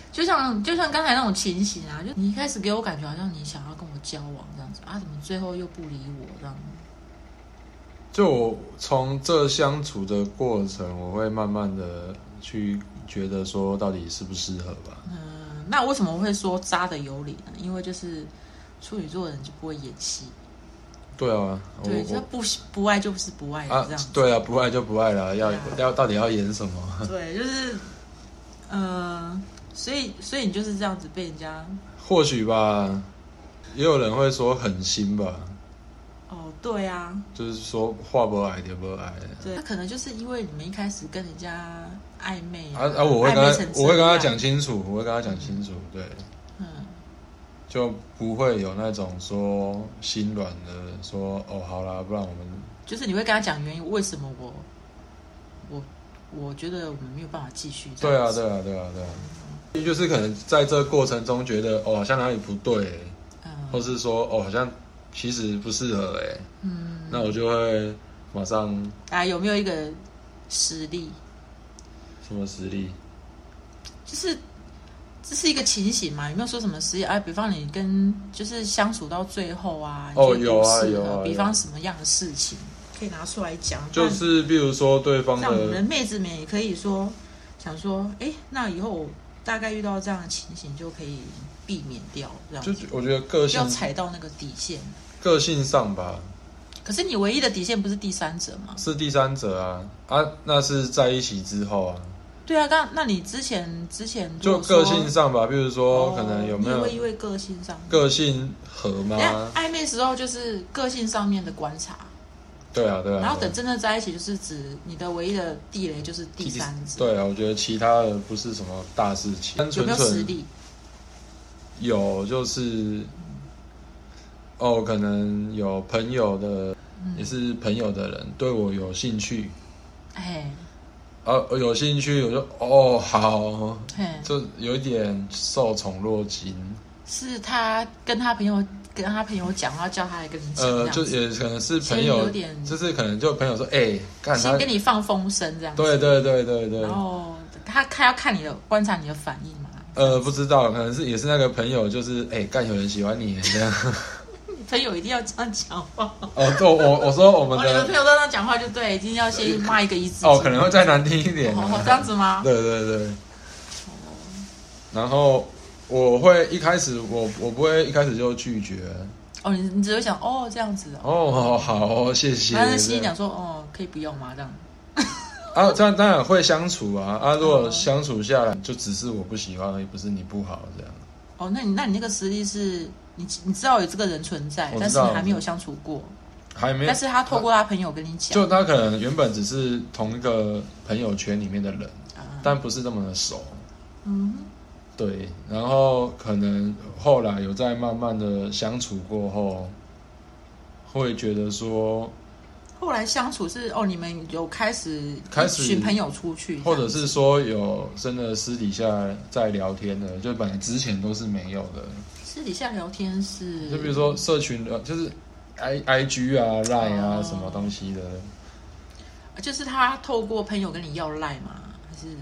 就像就像刚才那种情形啊，就你一开始给我感觉好像你想要跟我交往这样子啊，怎么最后又不理我这样？ 就我从这相处的过程，我会慢慢的去觉得说，到底适不适合吧。 嗯，那为什么会说渣的有理呢？因为就是处女座的人就不会演戏。 对啊， 对，就不不爱就是不爱啊这样子。 对啊，不爱就不爱了，要、 啊、 要到底要演什么？ 对，就是，呃，所以所以你就是这样子被人家， 或许吧，也有人会说狠心吧。 哦，对啊， 就是说话不爱就不爱。 对，那可能就是因为你们一开始跟人家暧昧啊啊！我会跟他，我会跟他讲清楚，我会跟他讲清楚，对， 嗯， 就不会有那种说心软的说哦，好啦，不然我们就是你会跟他讲原因，为什么我我我觉得我们没有办法继续。 对啊，对啊，对啊，对啊，嗯、就是可能在这个过程中觉得哦，好像哪里不对、欸，嗯，或是说哦，好像。其实不适合哎、欸，嗯，那我就会马上啊，有没有一个实例？ 什么实例？ 就是这是一个情形嘛？有没有说什么实例啊？比方你跟就是相处到最后啊， 哦，有啊，有啊， 比方什么样的事情可以拿出来讲？ 就是比如说对方的， 像我们的妹子们也可以说，想说，哎，那以后大概遇到这样的情形就可以避免掉，这样就我觉得个性要踩到那个底线， 个性上吧。 可是你唯一的底线不是第三者吗？ 是第三者啊啊，那是在一起之后啊。 对啊，刚那你之前之前就个性上吧，比如说、哦、可能有没有因为个性上个性合吗？ 暧昧时候就是个性上面的观察。 对啊，对啊。 然后等真正在一起，就是指你的唯一的地雷就是第三者。 对啊，我觉得其他的不是什么大事情。 有没有实力？ 有，就是哦，可能有朋友的，嗯、也是朋友的人对我有兴趣。 哎， 啊，有兴趣，我就哦好，就有一点受宠若惊。 是他跟他朋友。跟他朋友讲，然后叫他来跟你讲。 呃，就也可能是朋友，有点就是可能就朋友说，哎、欸，干他先跟你放风声这样子。 对对对对对。 然后他他要看你的观察你的反应嘛。 呃，不知道，可能是也是那个朋友，就是哎，干、欸、有人喜欢你这样。 朋友一定要这样讲话。 哦，对，我我说我们的、 哦、你的朋友都这样讲话就对，一定要先骂一个一字。 哦，可能会再难听一点、啊。 哦，这样子吗？ 对对对。哦。然后。我会一开始我我不会一开始就拒绝哦，你你只会想哦这样子哦哦好哦谢谢， 但是心里讲说哦可以不用吗这样啊这样当然会相处啊啊如果相处下来就只是我不喜欢而已，不是你不好这样哦，那你那你那个实力是你你知道有这个人存在，但是你还没有相处过， 还没有， 但是他透过他朋友跟你讲， 就他可能原本只是同一个朋友圈里面的人、啊、但不是那么的熟，嗯。对，然后可能后来有在慢慢的相处过后，会觉得说， 后来相处是哦，你们有开始开始寻朋友出去， 或者是说有真的私底下在聊天的，就本来之前都是没有的。 私底下聊天是， 就比如说社群的，就是 I I G 啊、Line 啊、哦、什么东西的， 就是他透过朋友跟你要 Line 吗？还是？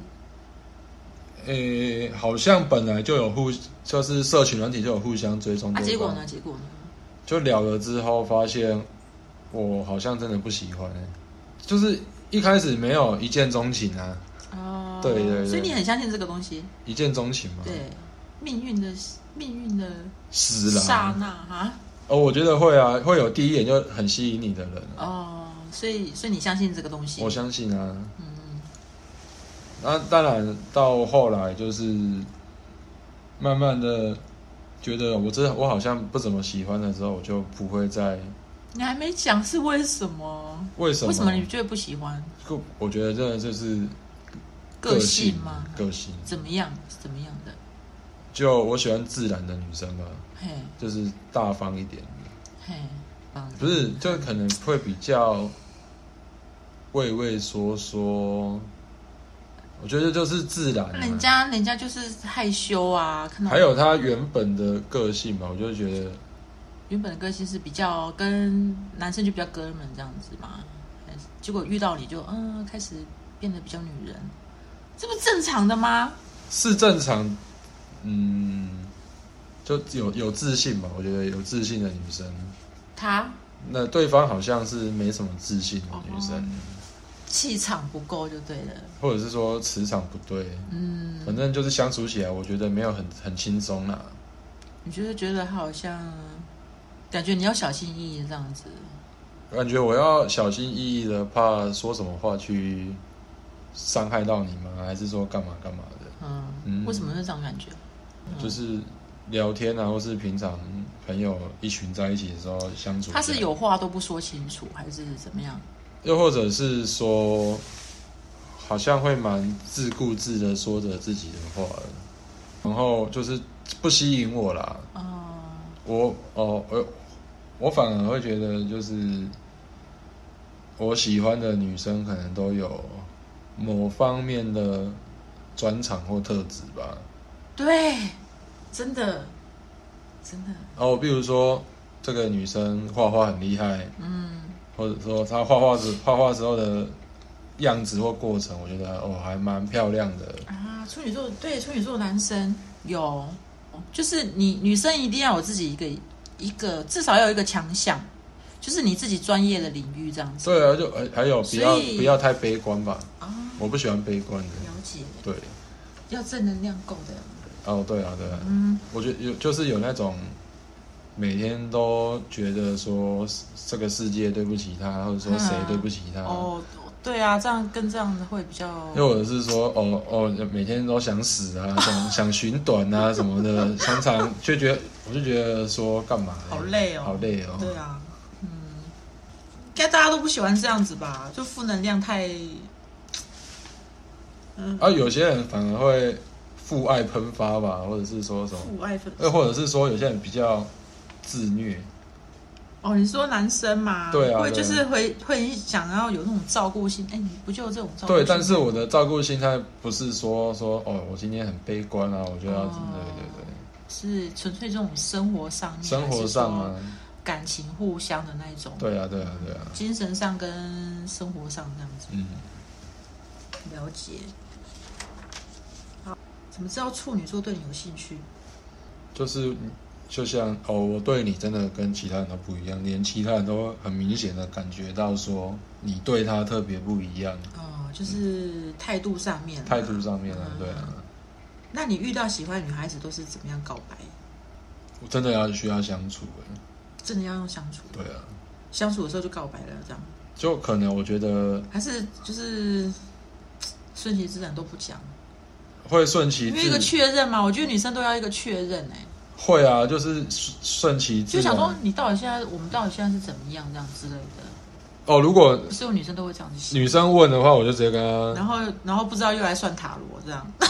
诶，好像本来就有互，就是社群软体就有互相追踪。 啊，结果呢？结果呢？ 就聊了之后，发现我好像真的不喜欢，就是一开始没有一见钟情啊。哦，对 对, 對。 所以你很相信这个东西？ 一见钟情嘛？ 对，命运的命运的使然刹那啊。 哦，我觉得会啊，会有第一眼就很吸引你的人。 哦，所以所以你相信这个东西？ 我相信啊。嗯。那、啊、当然，到后来就是慢慢的觉得我这我好像不怎么喜欢的时候，我就不会再。 你还没讲是为什么？ 为什么？ 为什么你觉得不喜欢？ 我觉得真的就是个性吗？ 个性怎么样？怎么样的？ 就我喜欢自然的女生吧， 嘿， 就是大方一点的， 嘿， 不是，就可能会比较畏畏缩缩。我觉得就是自然、啊， 人家人家就是害羞啊，看到还有他原本的个性吧，我就觉得原本的个性是比较跟男生就比较哥们这样子嘛，结果遇到你就嗯开始变得比较女人，这不正常的吗？ 是正常， 嗯，就有有自信吧，我觉得有自信的女生， 她那对方好像是没什么自信的女生， 气场不够就对了， 或者是说磁场不对，嗯，反正就是相处起来，我觉得没有很很轻松啦。 你就是觉得她好像，感觉你要小心翼翼这样子。 感觉我要小心翼翼的，怕说什么话去伤害到你吗？还是说干嘛干嘛的？ 嗯，嗯为什么是这种感觉？ 嗯、就是聊天啊，或是平常朋友一群在一起的时候相处， 他是有话都不说清楚，还是怎么样？ 又或者是说，好像会蛮自顾自的说着自己的话，然后就是不吸引我啦。哦，我哦我。我反而会觉得，就是我喜欢的女生可能都有某方面的专长或特质吧。 对，真的，真的。 哦，比如说这个女生画画很厉害，嗯，或者说她画画时画画时候的样子或过程，我觉得哦还蛮漂亮的啊。处女座对处女座男生有，就是你女生一定要有自己一个。一个至少要有一个强项，就是你自己专业的领域这样子。 对啊，就还有不要不要太悲观吧。哦，我不喜欢悲观的。 了解。对，要正能量够的。 哦，对啊，对啊。嗯，我觉得有就是有那种每天都觉得说这个世界对不起他，或者说谁对不起他。 哦，对啊，这样跟这样的会比较。 又或者是说，哦哦，每天都想死啊，想想寻短啊什么的，常常就觉得。我就觉得说干嘛、欸？ 好累哦， 好累哦。 对啊，嗯，应该大家都不喜欢这样子吧？就负能量太…… 嗯，啊，有些人反而会父爱喷发吧，或者是说什么父爱喷发， 又或者是说有些人比较自虐。 哦，你说男生嘛？ 对啊， 会就是会会想要有那种照顾心。哎，你不就有这种照顾心？ 对，但是我的照顾心态不是说说哦，我今天很悲观啊，我就要、哦、对对对。 是纯粹这种生活上面， 生活上啊， 感情互相的那一种。 对啊，对啊，对啊。 精神上跟生活上这样子。嗯，了解。好，怎么知道处女座对你有兴趣？ 就是就像哦，我对你真的跟其他人都不一样，连其他人都很明显的感觉到说你对他特别不一样。 哦，就是态度上面、啊。 态度上面啊，嗯、对啊。 那你遇到喜欢的女孩子都是怎么样告白？ 我真的要需要相处哎， 真的要用相处。 对啊， 相处的时候就告白了，这样。 就可能我觉得还是就是顺其自然都不讲， 会顺其自然， 因为一个确认嘛，我觉得女生都要一个确认哎。 会啊，就是顺其自然， 就想说你到底现在我们到底现在是怎么样这样之类的。 哦，如果所有女生都会这样子想。 女生问的话，我就直接跟她， 然后然后不知道又来算塔罗这样。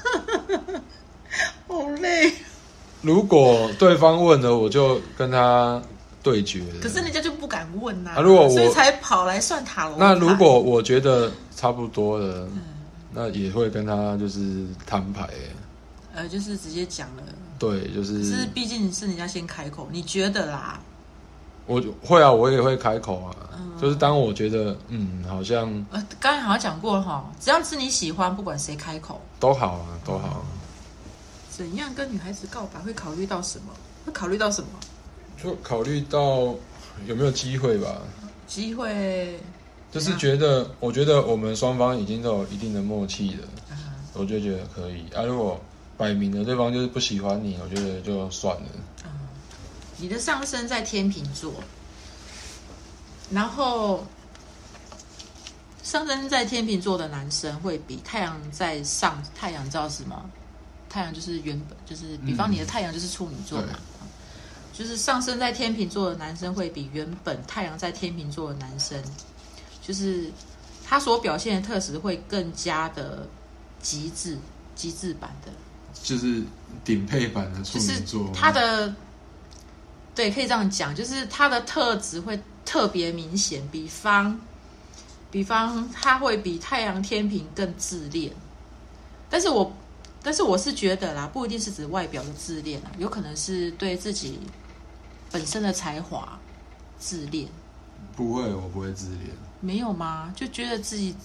好累。 如果对方问了，我就跟他对决。 可是人家就不敢问呐、啊， 啊、如果我所以才跑来算塔罗。 那如果我觉得差不多了，嗯、那也会跟他就是摊牌。 呃，就是直接讲了。 对，就是。 可是毕竟是人家先开口，你觉得啦？ 我会啊，我也会开口啊。嗯、就是当我觉得嗯，好像呃，刚才好像讲过了哈，只要是你喜欢，不管谁开口都好啊，都好。 嗯、怎样跟女孩子告白会考虑到什么？会考虑到什么？ 就考虑到有没有机会吧。 机会就是觉得，我觉得我们双方已经都有一定的默契了，嗯、我就觉得可以啊。如果摆明了对方就是不喜欢你，我觉得就算了。 嗯、你的上升在天秤座，然后上升在天秤座的男生会比太阳在上，太阳知道是吗？太阳就是原本就是，比方你的太阳就是处女座嘛。嗯，就是上升在天秤座的男生会比原本太阳在天秤座的男生，就是他所表现的特质会更加的极致、极致版的， 就是顶配版的处女座。 就是他的，对，可以这样讲，就是他的特质会特别明显。比方，比方他会比太阳天秤更自恋，但是我。但是我是觉得啦，不一定是指外表的自恋，有可能是对自己本身的才华自恋。 不会，我不会自恋。 没有吗？就觉得自己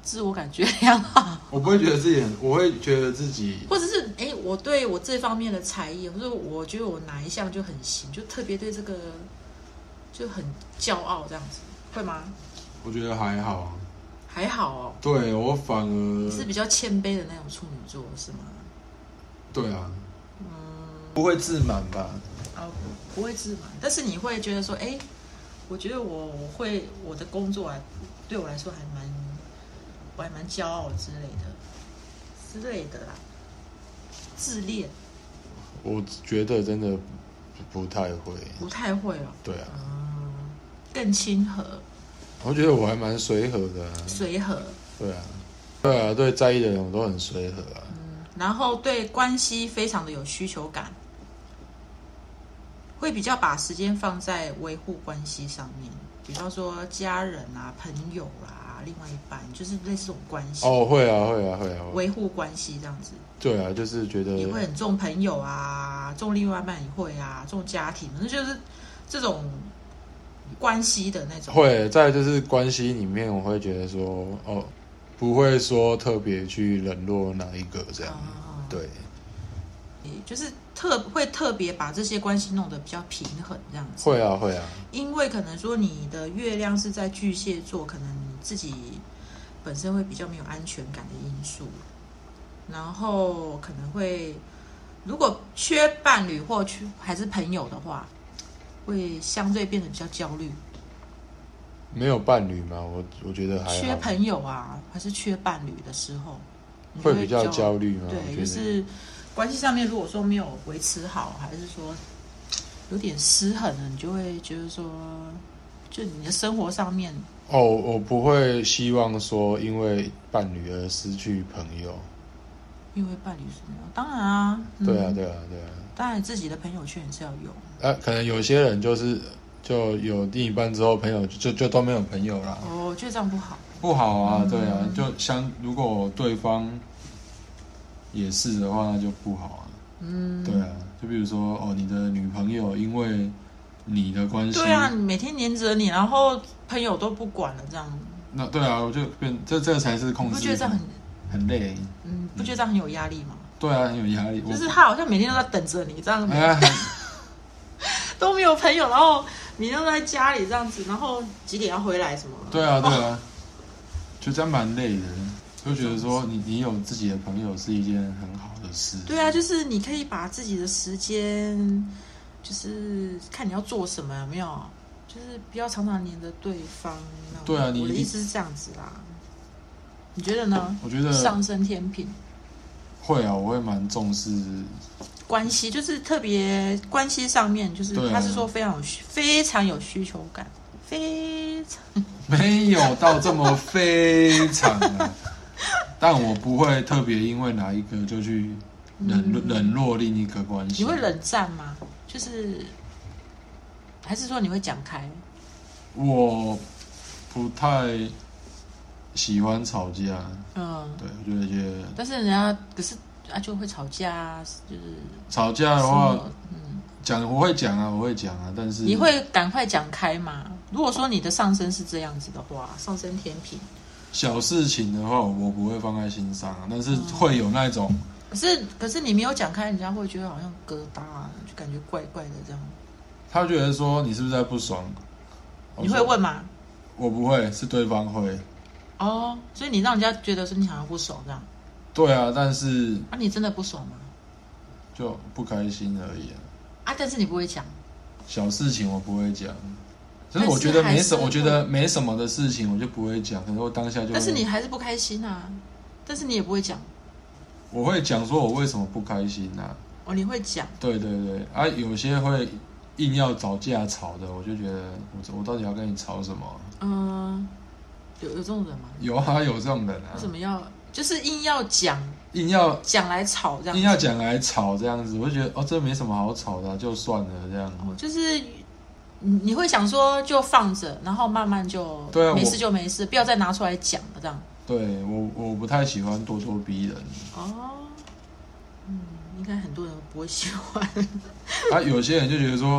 自我感觉良好， 我不会觉得自己很，我会觉得自己， 或者是哎，我对我这方面的才艺，或者我觉得我哪一项就很行，就特别对这个就很骄傲，这样子会吗？ 我觉得还好， 还好哦。 对我反而你是比较谦卑的那种处女座是吗？ 对啊， 嗯， 不会自满吧？ 哦，不会自满，但是你会觉得说，哎，我觉得我我会我的工作啊，对我来说还蛮，我还蛮骄傲之类的之类的啦，自恋。 我觉得真的不太会， 不太会哦。 对啊， 嗯，更亲和。 我觉得我还蛮随和的、啊， 随和。 对啊，对啊，对在意的人我都很随和啊。 嗯，然后对关系非常的有需求感，会比较把时间放在维护关系上面，比方说家人啊、朋友啦、另外一半，就是类似这种关系。 哦，会啊，会啊，会啊， 维护关系这样子。 对啊，就是觉得也会很重朋友啊，重另外一半也会啊，重家庭，那就是这种关系的那种。 会，再来就是关系里面，我会觉得说，哦，不会说特别去冷落哪一个这样，哦、对， 就是特会特别把这些关系弄得比较平衡这样子。 会啊，会啊， 因为可能说你的月亮是在巨蟹座，可能你自己本身会比较没有安全感的因素，然后可能会如果缺伴侣或缺还是朋友的话，会相对变得比较焦虑。 没有伴侣吗？我我觉得还好。 缺朋友啊，还是缺伴侣的时候， 会比较焦虑吗？ 对，就是关系上面如果说没有维持好，还是说有点失衡了，你就会觉得说，就你的生活上面。 哦，我不会希望说因为伴侣而失去朋友。 因为伴侣是没有，当然啊、 嗯，对啊，对啊，对啊， 当然自己的朋友圈也是要有。 啊，可能有些人就是就有另一半之后，朋友就就都没有朋友啦。 哦，我觉得这样不好。 不好啊，对啊，就相如果对方也是的话，那就不好啊。嗯，对啊，就比如说哦，你的女朋友因为你的关系， 对啊，你每天黏着你，然后朋友都不管了，这样。 那对啊，我就变这这才是控制。 你不觉得这样很很累？ 嗯，不觉得这样很有压力吗？ 对啊，很有压力。 就是他好像每天都在等着你这样子，哎、都没有朋友，然后你又在家里这样子，然后几点要回来什么？ 对啊，对啊，哦、就这样蛮累的。就觉得说你你有自己的朋友是一件很好的事。 对啊，就是你可以把自己的时间，就是看你要做什么，有没有？就是不要常常黏着对方。 对啊， 我的意思是这样子啦。你觉得呢？ 我觉得上升天平会啊，我会蛮重视关系，就是特别关系上面，就是他是说非常有非常有需求感，非常没有到这么非常啊，但我不会特别因为哪一个就去冷、嗯、冷落另一个关系。 你会冷战吗？就是还是说你会讲开？ 我不太喜欢吵架， 嗯， 对，我觉得觉得， 但是人家可是啊就会吵架啊，就是吵架的话，嗯，讲我会讲啊，我会讲啊，但是你会赶快讲开吗？如果说你的上升是这样子的话，上升天平， 小事情的话，我不会放在心上啊，但是会有那种， 嗯、可是可是你没有讲开，人家会觉得好像疙瘩、啊，就感觉怪怪的这样。 他觉得说你是不是在不爽？ 你会问吗？ 我不会，是对方会。 哦，所以你让人家觉得说你好像不爽这样。 对啊，但是啊，你真的不爽吗？ 就不开心而已啊。 啊，但是你不会讲。 小事情我不会讲，就是我觉得没什，我觉得没什么的事情我就不会讲，可能我当下就。 但是你还是不开心啊，但是你也不会讲。 我会讲说我为什么不开心啊。 哦，你会讲。 对对对，啊，有些会硬要找架吵的，我就觉得我我到底要跟你吵什么？ 嗯。有有这种人吗？ 有啊，有这种人啊。 为什么要就是硬要讲， 硬要讲来吵这样子？ 硬要讲来吵这样子，我就觉得哦，这没什么好吵的、啊，就算了这样。 哦，就是你会想说就放着，然后慢慢就对啊， 没事就没事，不要再拿出来讲了这样。 对我我不太喜欢咄咄逼人。 哦，嗯，应该很多人不会喜欢。 啊，有些人就觉得说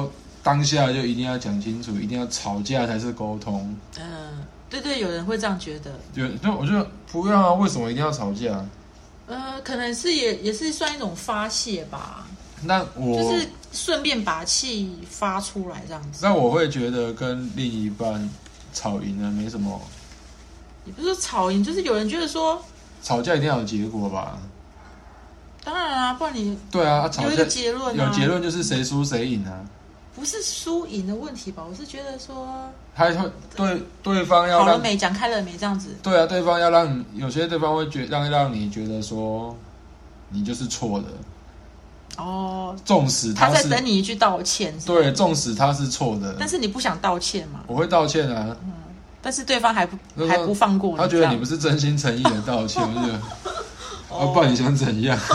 当下就一定要讲清楚，一定要吵架才是沟通。 嗯，对对，有人会这样觉得。 就就我觉得不要啊，为什么一定要吵架？ 呃，可能是也也是算一种发泄吧。 那我就是顺便把气发出来这样子。 那我会觉得跟另一半吵赢了没什么。 也不是说吵赢，就是有人觉得说吵架一定要有结果吧？ 当然啊，不然你对啊，吵架有一个结论、啊， 有结论就是谁输谁赢啊。 不是输赢的问题吧？我是觉得说， 还会对对方要让好了没，讲开了没这样子。 对啊，对方要让你有些对方会觉让让你觉得说你就是错的。 哦， 纵使他是在等你一句道歉， 对，纵使他是错的， 但是你不想道歉嘛？ 我会道歉啊， 嗯，但是对方还不还不放过你， 他觉得你不是真心诚意的道歉，我就觉得，啊，不然你想怎样？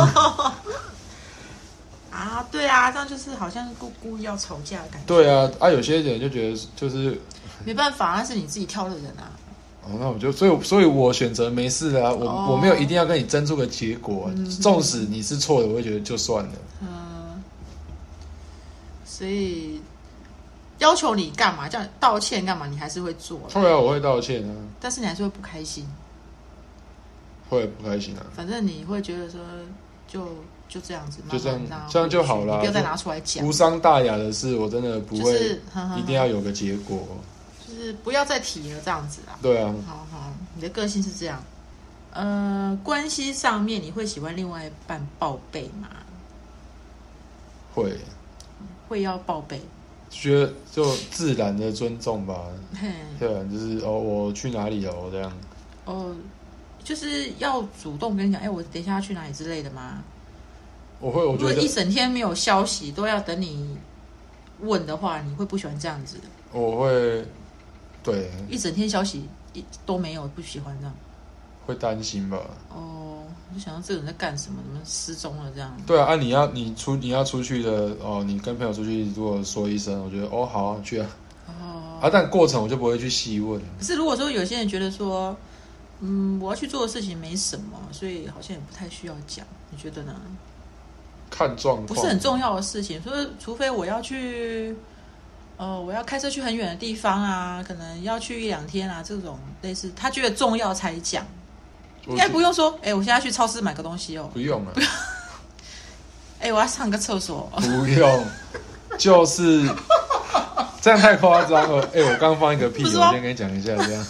啊，对啊，这样就是好像故故意要吵架的感觉。 对啊，啊，有些人就觉得就是没办法，那是你自己挑的人啊。 哦，那我就所以所以我选择没事的啊，我、 哦、 我没有一定要跟你争出个结果，纵、嗯、使你是错的，我会觉得就算了。 嗯，所以要求你干嘛，叫你道歉干嘛，你还是会做。 对啊，我会道歉啊， 但是你还是会不开心。 会不开心啊？反正你会觉得说，就就这样子， 就这样， 慢慢这样就好了， 不要再拿出来讲。 无伤大雅的事，我真的不会， 就是呵呵呵一定要有个结果。 就是不要再提了，这样子啊。 对啊。 好好，你的个性是这样。呃，关系上面你会喜欢另外一半报备吗？ 会。 会要报备。 觉得就自然的尊重吧。 嘿。 对啊，就是哦，我去哪里哦，这样。 哦，就是要主动跟你讲，哎，我等一下要去哪里之类的吗？ 我会，我觉得如果一整天没有消息，都要等你问的话，你会不喜欢这样子的？ 我会。对， 一整天消息都没有，不喜欢这样， 会担心吧？ 哦，就想到这个人在干什么，怎么失踪了这样？ 对啊，啊你要你出你要出去的哦，你跟朋友出去，如果说一声，我觉得哦好啊，去啊，哦啊，但过程我就不会去细问。 可是如果说有些人觉得说，嗯，我要去做的事情没什么，所以好像也不太需要讲，你觉得呢？ 看状况， 不是很重要的事情，所以除非我要去。呃，我要开车去很远的地方啊，可能要去一两天啊，这种类似他觉得重要才讲，应该不用说。哎、欸，我现在去超市买个东西哦， 不用了。 不用。哎、欸，我要上个厕所。不用，就是这样太夸张了。哎、欸，我刚放一个屁，我先跟你讲一下，这样。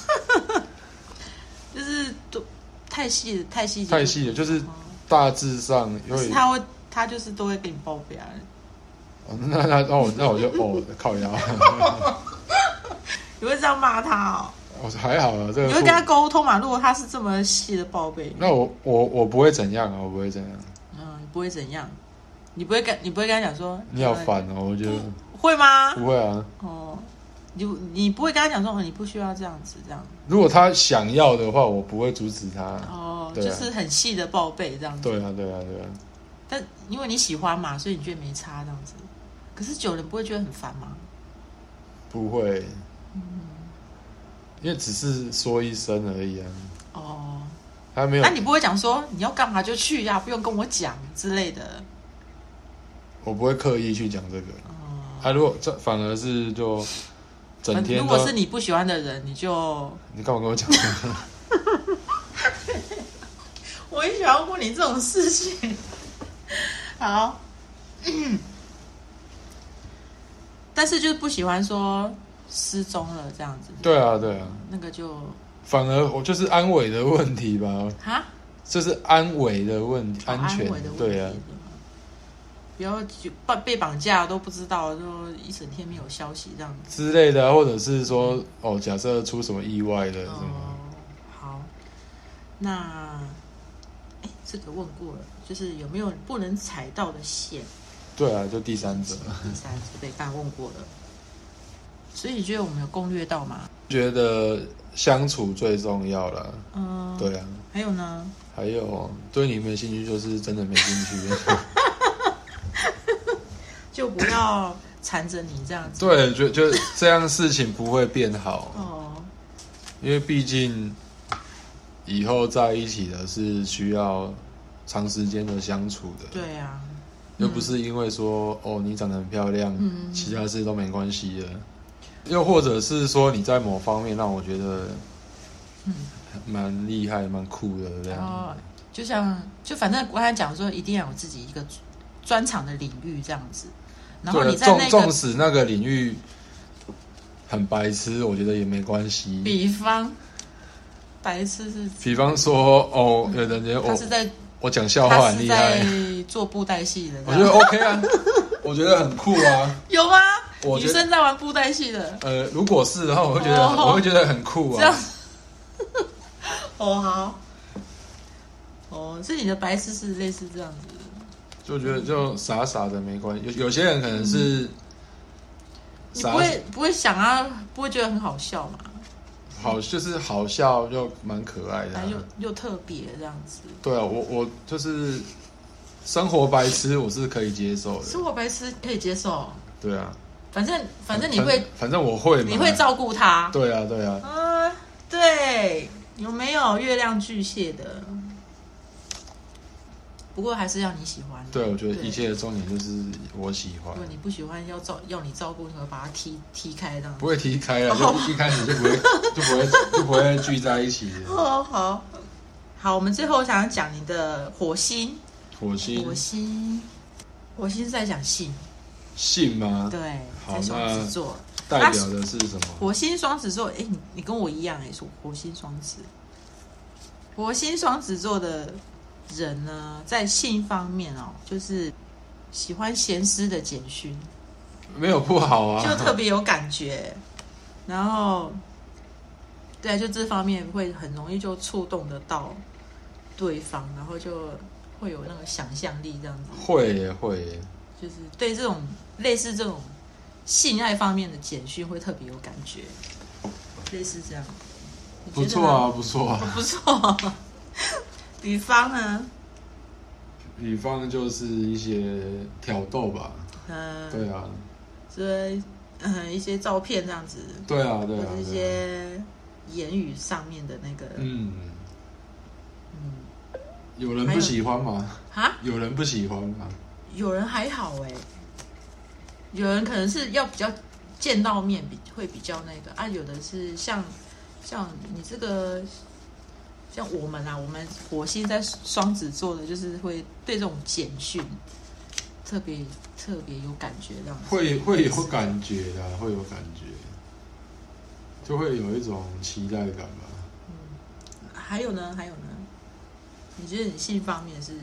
就是都太细了，太细太细了，就是大致上，因为他会，他就是都会给你报备啊。 那那哦，那我就哦靠腰。 你会这样骂他哦？ 我还好啊，这个你会跟他沟通嘛？如果他是这么细的报备， 那我我我不会怎样啊，我不会怎样。 嗯，你不会怎样？你不会跟你不会跟他讲说你好烦哦，我觉得会吗？ 不会啊。 哦，你你不会跟他讲说哦，你不需要这样子这样。 如果他想要的话，我不会阻止他。 哦， 啊、 就是很细的报备这样子。 对啊，对啊，对啊。 但因为你喜欢嘛，所以你觉得没差这样子。可是久了不会觉得很烦吗？ 不会，嗯，因为只是说一声而已啊。 哦， 还没有。 那你不会讲说你要干嘛就去呀、啊，不用跟我讲之类的。 我不会刻意去讲这个。哦。啊，如果这反而是就整天。 如果是你不喜欢的人，你就你干嘛跟我讲这个？ 我很喜欢问你这种事情。好。嗯但是就是不喜欢说失踪了这样子。 对啊，对啊， 那个就反而我就是安危的问题吧。 哈， 就是安危的问题， 安全的问题对啊。 不要被绑架都不知道，就一整天没有消息这样子之类的、啊，或者是说哦，假设出什么意外的什么。 哦，好，那哎，这个问过了，就是有没有不能踩到的线？ 对啊，就第三者。 第三者对，刚才问过了。所以你觉得我们有攻略到吗？ 觉得相处最重要了。嗯，对啊。 还有呢？ 还有对你没兴趣，就是真的没兴趣。 就不要缠着你这样子。 对，就就这样事情不会变好。哦。因为毕竟以后在一起的是需要长时间的相处的。 对啊。 又不是因为说哦你长得很漂亮，嗯、其他事都没关系的。又或者是说你在某方面让我觉得蛮厉害、蛮酷的这样。 哦，就像就反正我刚才讲说，一定要有自己一个专长的领域这样子。然后你在那个纵使那个领域很白痴，我觉得也没关系。 比方，白痴是， 比方说哦，有人觉得他是在我讲笑话很厉害， 他是在做布袋戏的， 我觉得 OK 啊，我觉得很酷啊。 有吗？ 女生在玩布袋戏的？ 呃，如果是的话，我会觉得、哦、我会觉得很酷啊。 这样，哦好，哦，所以你的白痴是类似这样子。 就觉得就傻傻的没关系，有有些人可能是、嗯， 你不会不会想啊，不会觉得很好笑嘛？ 好，就是好笑又蛮可爱的、啊， 又又特别这样子。 对啊，我我就是生活白痴，我是可以接受的。 生活白痴可以接受。 对啊， 反正反正你会， 反正我会嘛， 你会照顾他。 对啊，对啊。 啊，对，有没有月亮巨蟹的？不过还是要你喜欢。 对，我觉得一切的重点就是我喜欢。 如果你不喜欢，要照要你照顾，你会把它踢踢开这样。 不会踢开了，就一开始就不会就不会就不会聚在一起的。 哦，好，好，我们最后想要讲你的火星。 火星， 火星，火星是在讲性。 性吗？ 对， 好， 在双子座， 代表的是什么？ 火星双子座，哎，你你跟我一样哎，说火星双子。火星双子座的人呢，在性方面哦，就是喜欢闲适的简讯， 没有不好啊， 就特别有感觉。然后，对，就这方面会很容易就触动得到对方，然后就会有那个想象力这样子。 会耶会耶， 就是对这种类似这种性爱方面的简讯会特别有感觉，类似这样。 不错啊，不错啊， 不错。比方呢？ 比方就是一些挑逗吧。嗯，对啊。 所以，嗯，一些照片这样子。 对啊，对啊。 或者一些言语上面的那个。嗯。 嗯。有人不喜欢吗？ 啊？ 有人不喜欢吗？ 有人还好哎、欸。有人可能是要比较见到面比会比较那个啊，有的是像像你这个。像我们啊，我们火星在双子座的，就是会对这种简讯特别特别有感觉，这样子会会有感觉的，会有感觉，就会有一种期待感吧。 嗯，还有呢，还有呢，你觉得你性方面是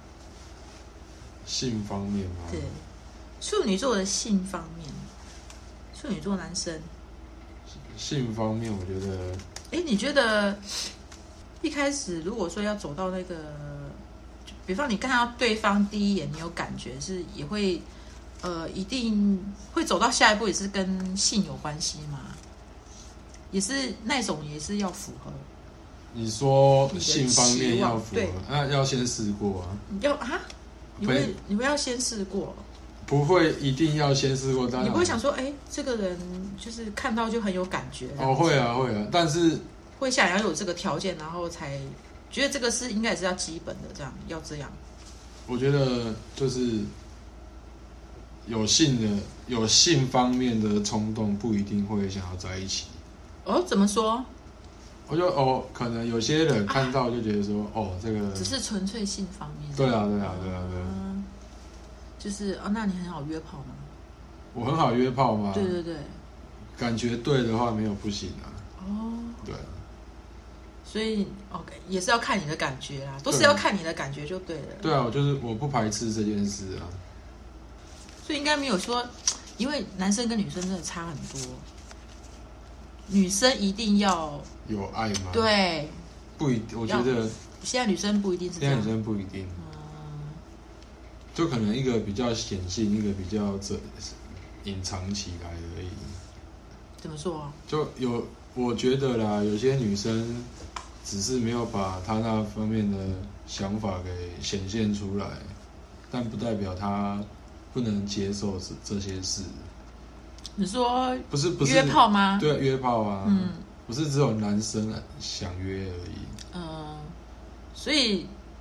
性方面吗？ 对，处女座的性方面，处女座男生性方面，我觉得， 哎，你觉得？一开始如果说要走到那个，比方你看到对方第一眼，你有感觉是也会，呃，一定会走到下一步，也是跟性有关系嘛？也是那种也是要符合。 你说性方面要符合，那要先试过啊？ 要啊？你会你会要先试过？ 不会一定要先试过，当然你不会想说，哎，这个人就是看到就很有感觉。 哦，会啊会啊，但是。 会想要有这个条件，然后才觉得这个是应该也是要基本的，这样要这样。 我觉得就是有性的有性方面的冲动，不一定会想要在一起。 哦，怎么说？ 我就哦，可能有些人看到就觉得说，啊、哦，这个只是纯粹性方面。 对啊，对啊，对啊，对啊。 嗯、就是哦，那你很好约炮吗？ 我很好约炮吗？ 对对对。 感觉对的话，没有不行啊。 哦。 对啊。 所以 OK 也是要看你的感觉啦，都是要看你的感觉就对了。 对啊，我就是我不排斥这件事啊。 所以应该没有说，因为男生跟女生真的差很多，女生一定要有爱吗？ 对， 不一，我觉得现在女生不一定是这样， 现在女生不一定，嗯，就可能一个比较显性，一个比较这隐藏起来而已。 怎么说？ 就有我觉得啦，有些女生。只是没有把他那方面的想法给显现出来，但不代表他不能接受这这些事。 你说不是不是约炮吗？ 对，约炮啊， 嗯， 不是只有男生想约而已。 嗯，所以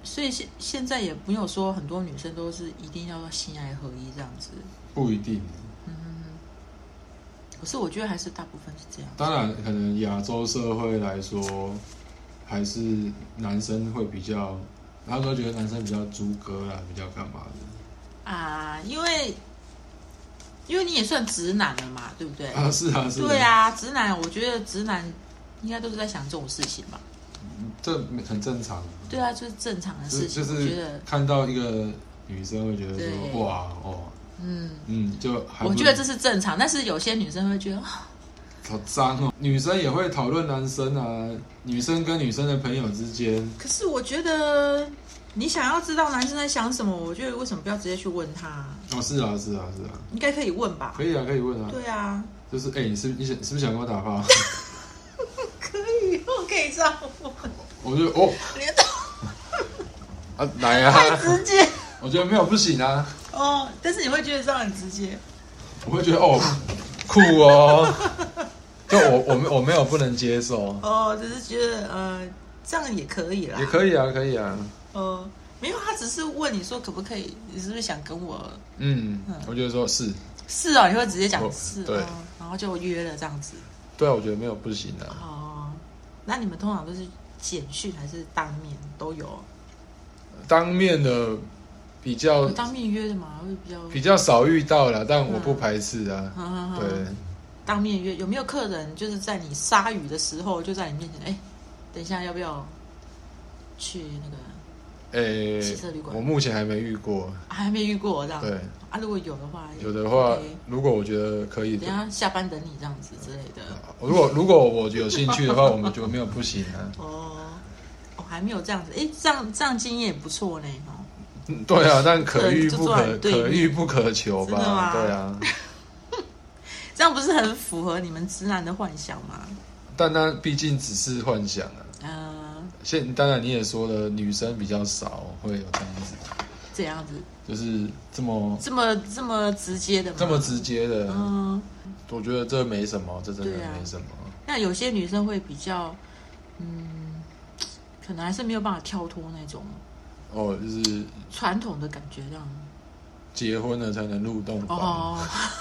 所以现现在也没有说很多女生都是一定要心爱合一这样子， 不一定。 嗯，可是我觉得还是大部分是这样。 当然，可能亚洲社会来说，还是男生会比较，他们都觉得男生比较猪哥啦，比较干嘛的啊？因为因为你也算直男了嘛，对不对？ 啊，是啊，是啊。 对啊，直男，我觉得直男应该都是在想这种事情吧。 这很正常。 对啊，就是正常的事情。 就是觉得看到一个女生会觉得说哇哦， 嗯嗯，就还我觉得这是正常，但是有些女生会觉得好脏哦。女生也会讨论男生啊，女生跟女生的朋友之间。 可是我觉得你想要知道男生在想什么，我觉得为什么不要直接去问他？ 哦，是啊，是啊，是啊， 应该可以问吧？ 可以啊，可以问啊。 对啊， 就是哎、欸，你是你想是不是想跟我打炮？ 可以，我可以这样问。 我就哦， 连到啊，来啊！ 太直接。 我觉得没有不行啊。 哦，但是你会觉得这样很直接。 我会觉得哦，酷哦。就我我没我没有不能接受。 哦，只是觉得呃，这样也可以啦。 也可以啊，可以啊。 呃，没有，他只是问你说可不可以，你是不是想跟我？ 嗯，嗯我觉得说是。 是哦，你会直接讲是、哦， 对、哦， 然后就约了这样子。 对啊，我觉得没有不行的、啊。 哦，那你们通常都是简讯还是当面都有？ 当面的比较， 当面约的嘛，会比较比较少遇到啦，但我不排斥啊。 嗯、 对， 当面约有没有客人就是在你杀鱼的时候就在你面前？哎，等一下要不要去那个？ 诶、 汽车旅馆， 我目前还没遇过， 还没遇过这样。 对啊，如果有的话， 有的话， okay, 如果我觉得可以， 等一下下班等你这样子之类的。 如果如果我有兴趣的话，我们就没有不行啊。 哦，哦，还没有这样子，哎，这样这样经验也不错呢。哦， 嗯，对啊，但可遇不可可遇不可求吧？ 真的吗？ 对啊， 这样不是很符合你们直男的幻想吗？ 但那毕竟只是幻想啊。 嗯、呃。 现当然你也说了，女生比较少会有这样子， 这样子就是这么这么这么直接的吗？ 这么直接的， 嗯， 我觉得这没什么，这真的没什么。 啊、那有些女生会比较，嗯，可能还是没有办法跳脱那种哦，就是传统的感觉，这样结婚了才能入洞房。 哦，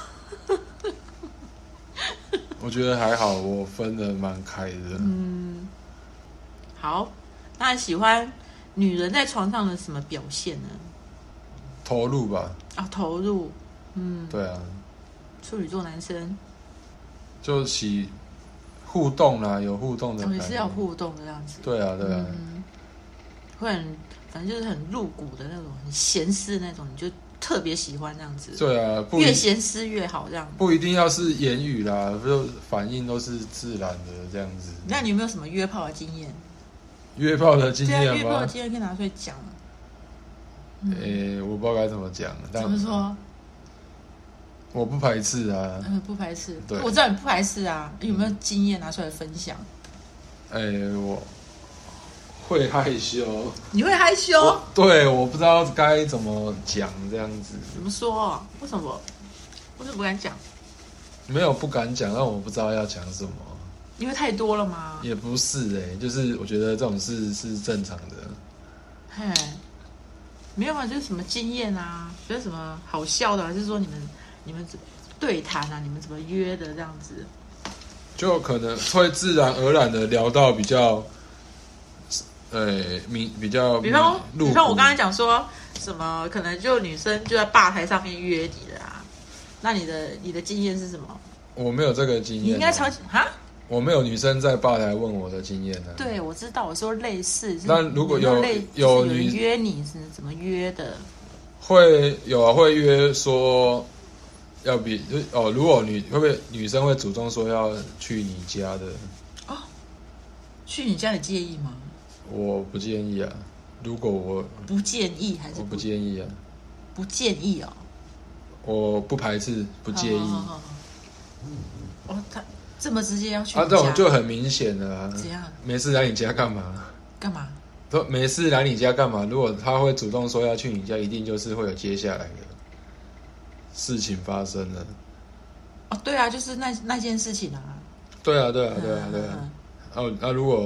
我觉得还好，我分得蛮开的。 嗯。好，那喜欢女人在床上的什么表现呢？ 投入吧。 啊，投入，嗯， 对啊。 处女座男生就喜互动啦，有互动的感觉， 也是要互动的这样子。 对啊，对啊， 嗯、会很，反正就是很露骨的那种，很咸湿的那种，你就特别喜欢这样子。 对啊， 越咸湿越好，这样不一定要是言语啦，就反应都是自然的这样子。 那你有没有什么约炮的经验？ 约炮的经验吗？ 对啊，约炮的经验可以拿出来讲。 嗯、诶，我不知道该怎么讲。 怎么说？ 我不排斥啊。 嗯，不排斥。 对， 我知道你不排斥啊。有没有经验拿出来分享？ 诶，我会害羞。 你会害羞？ 对，我不知道该怎么讲这样子。 怎么说？为什么？为什么不敢讲？ 没有不敢讲，但我不知道要讲什么。 因为太多了吗？ 也不是哎、欸，就是我觉得这种事是正常的。 嘿，没有啊，就是什么经验啊，就是什么好笑的，还是说你们你们对谈啊，你们怎么约的这样子？ 就可能会自然而然的聊到比较，呃，比比较， 比方比方我刚才讲说什么，可能就女生就在吧台上面约你的啊，那你的你的经验是什么？ 我没有这个经验、啊， 你应该超哈。 我没有女生在吧台问我的经验呢、啊。 对，我知道，我说类似。 但如果有类有女人约你是怎么约的？ 会有啊，会约说要比哦，如果女会不会女生会主动说要去你家的？ 哦，去你家你介意吗？ 我不建议啊。如果我不建议还是不, 不我不建议啊？ 不建议哦。 我不排斥，不介意。 好好好哦，他。这么直接要去啊，这种就很明显了啊！ 怎样？ 没事来你家干嘛？ 干嘛？ 说没事来你家干嘛？如果他会主动说要去你家，一定就是会有接下来的事情发生了。 哦，对啊，就是那那件事情啊。 对啊，对啊，对啊，对啊。哦、啊，啊，如果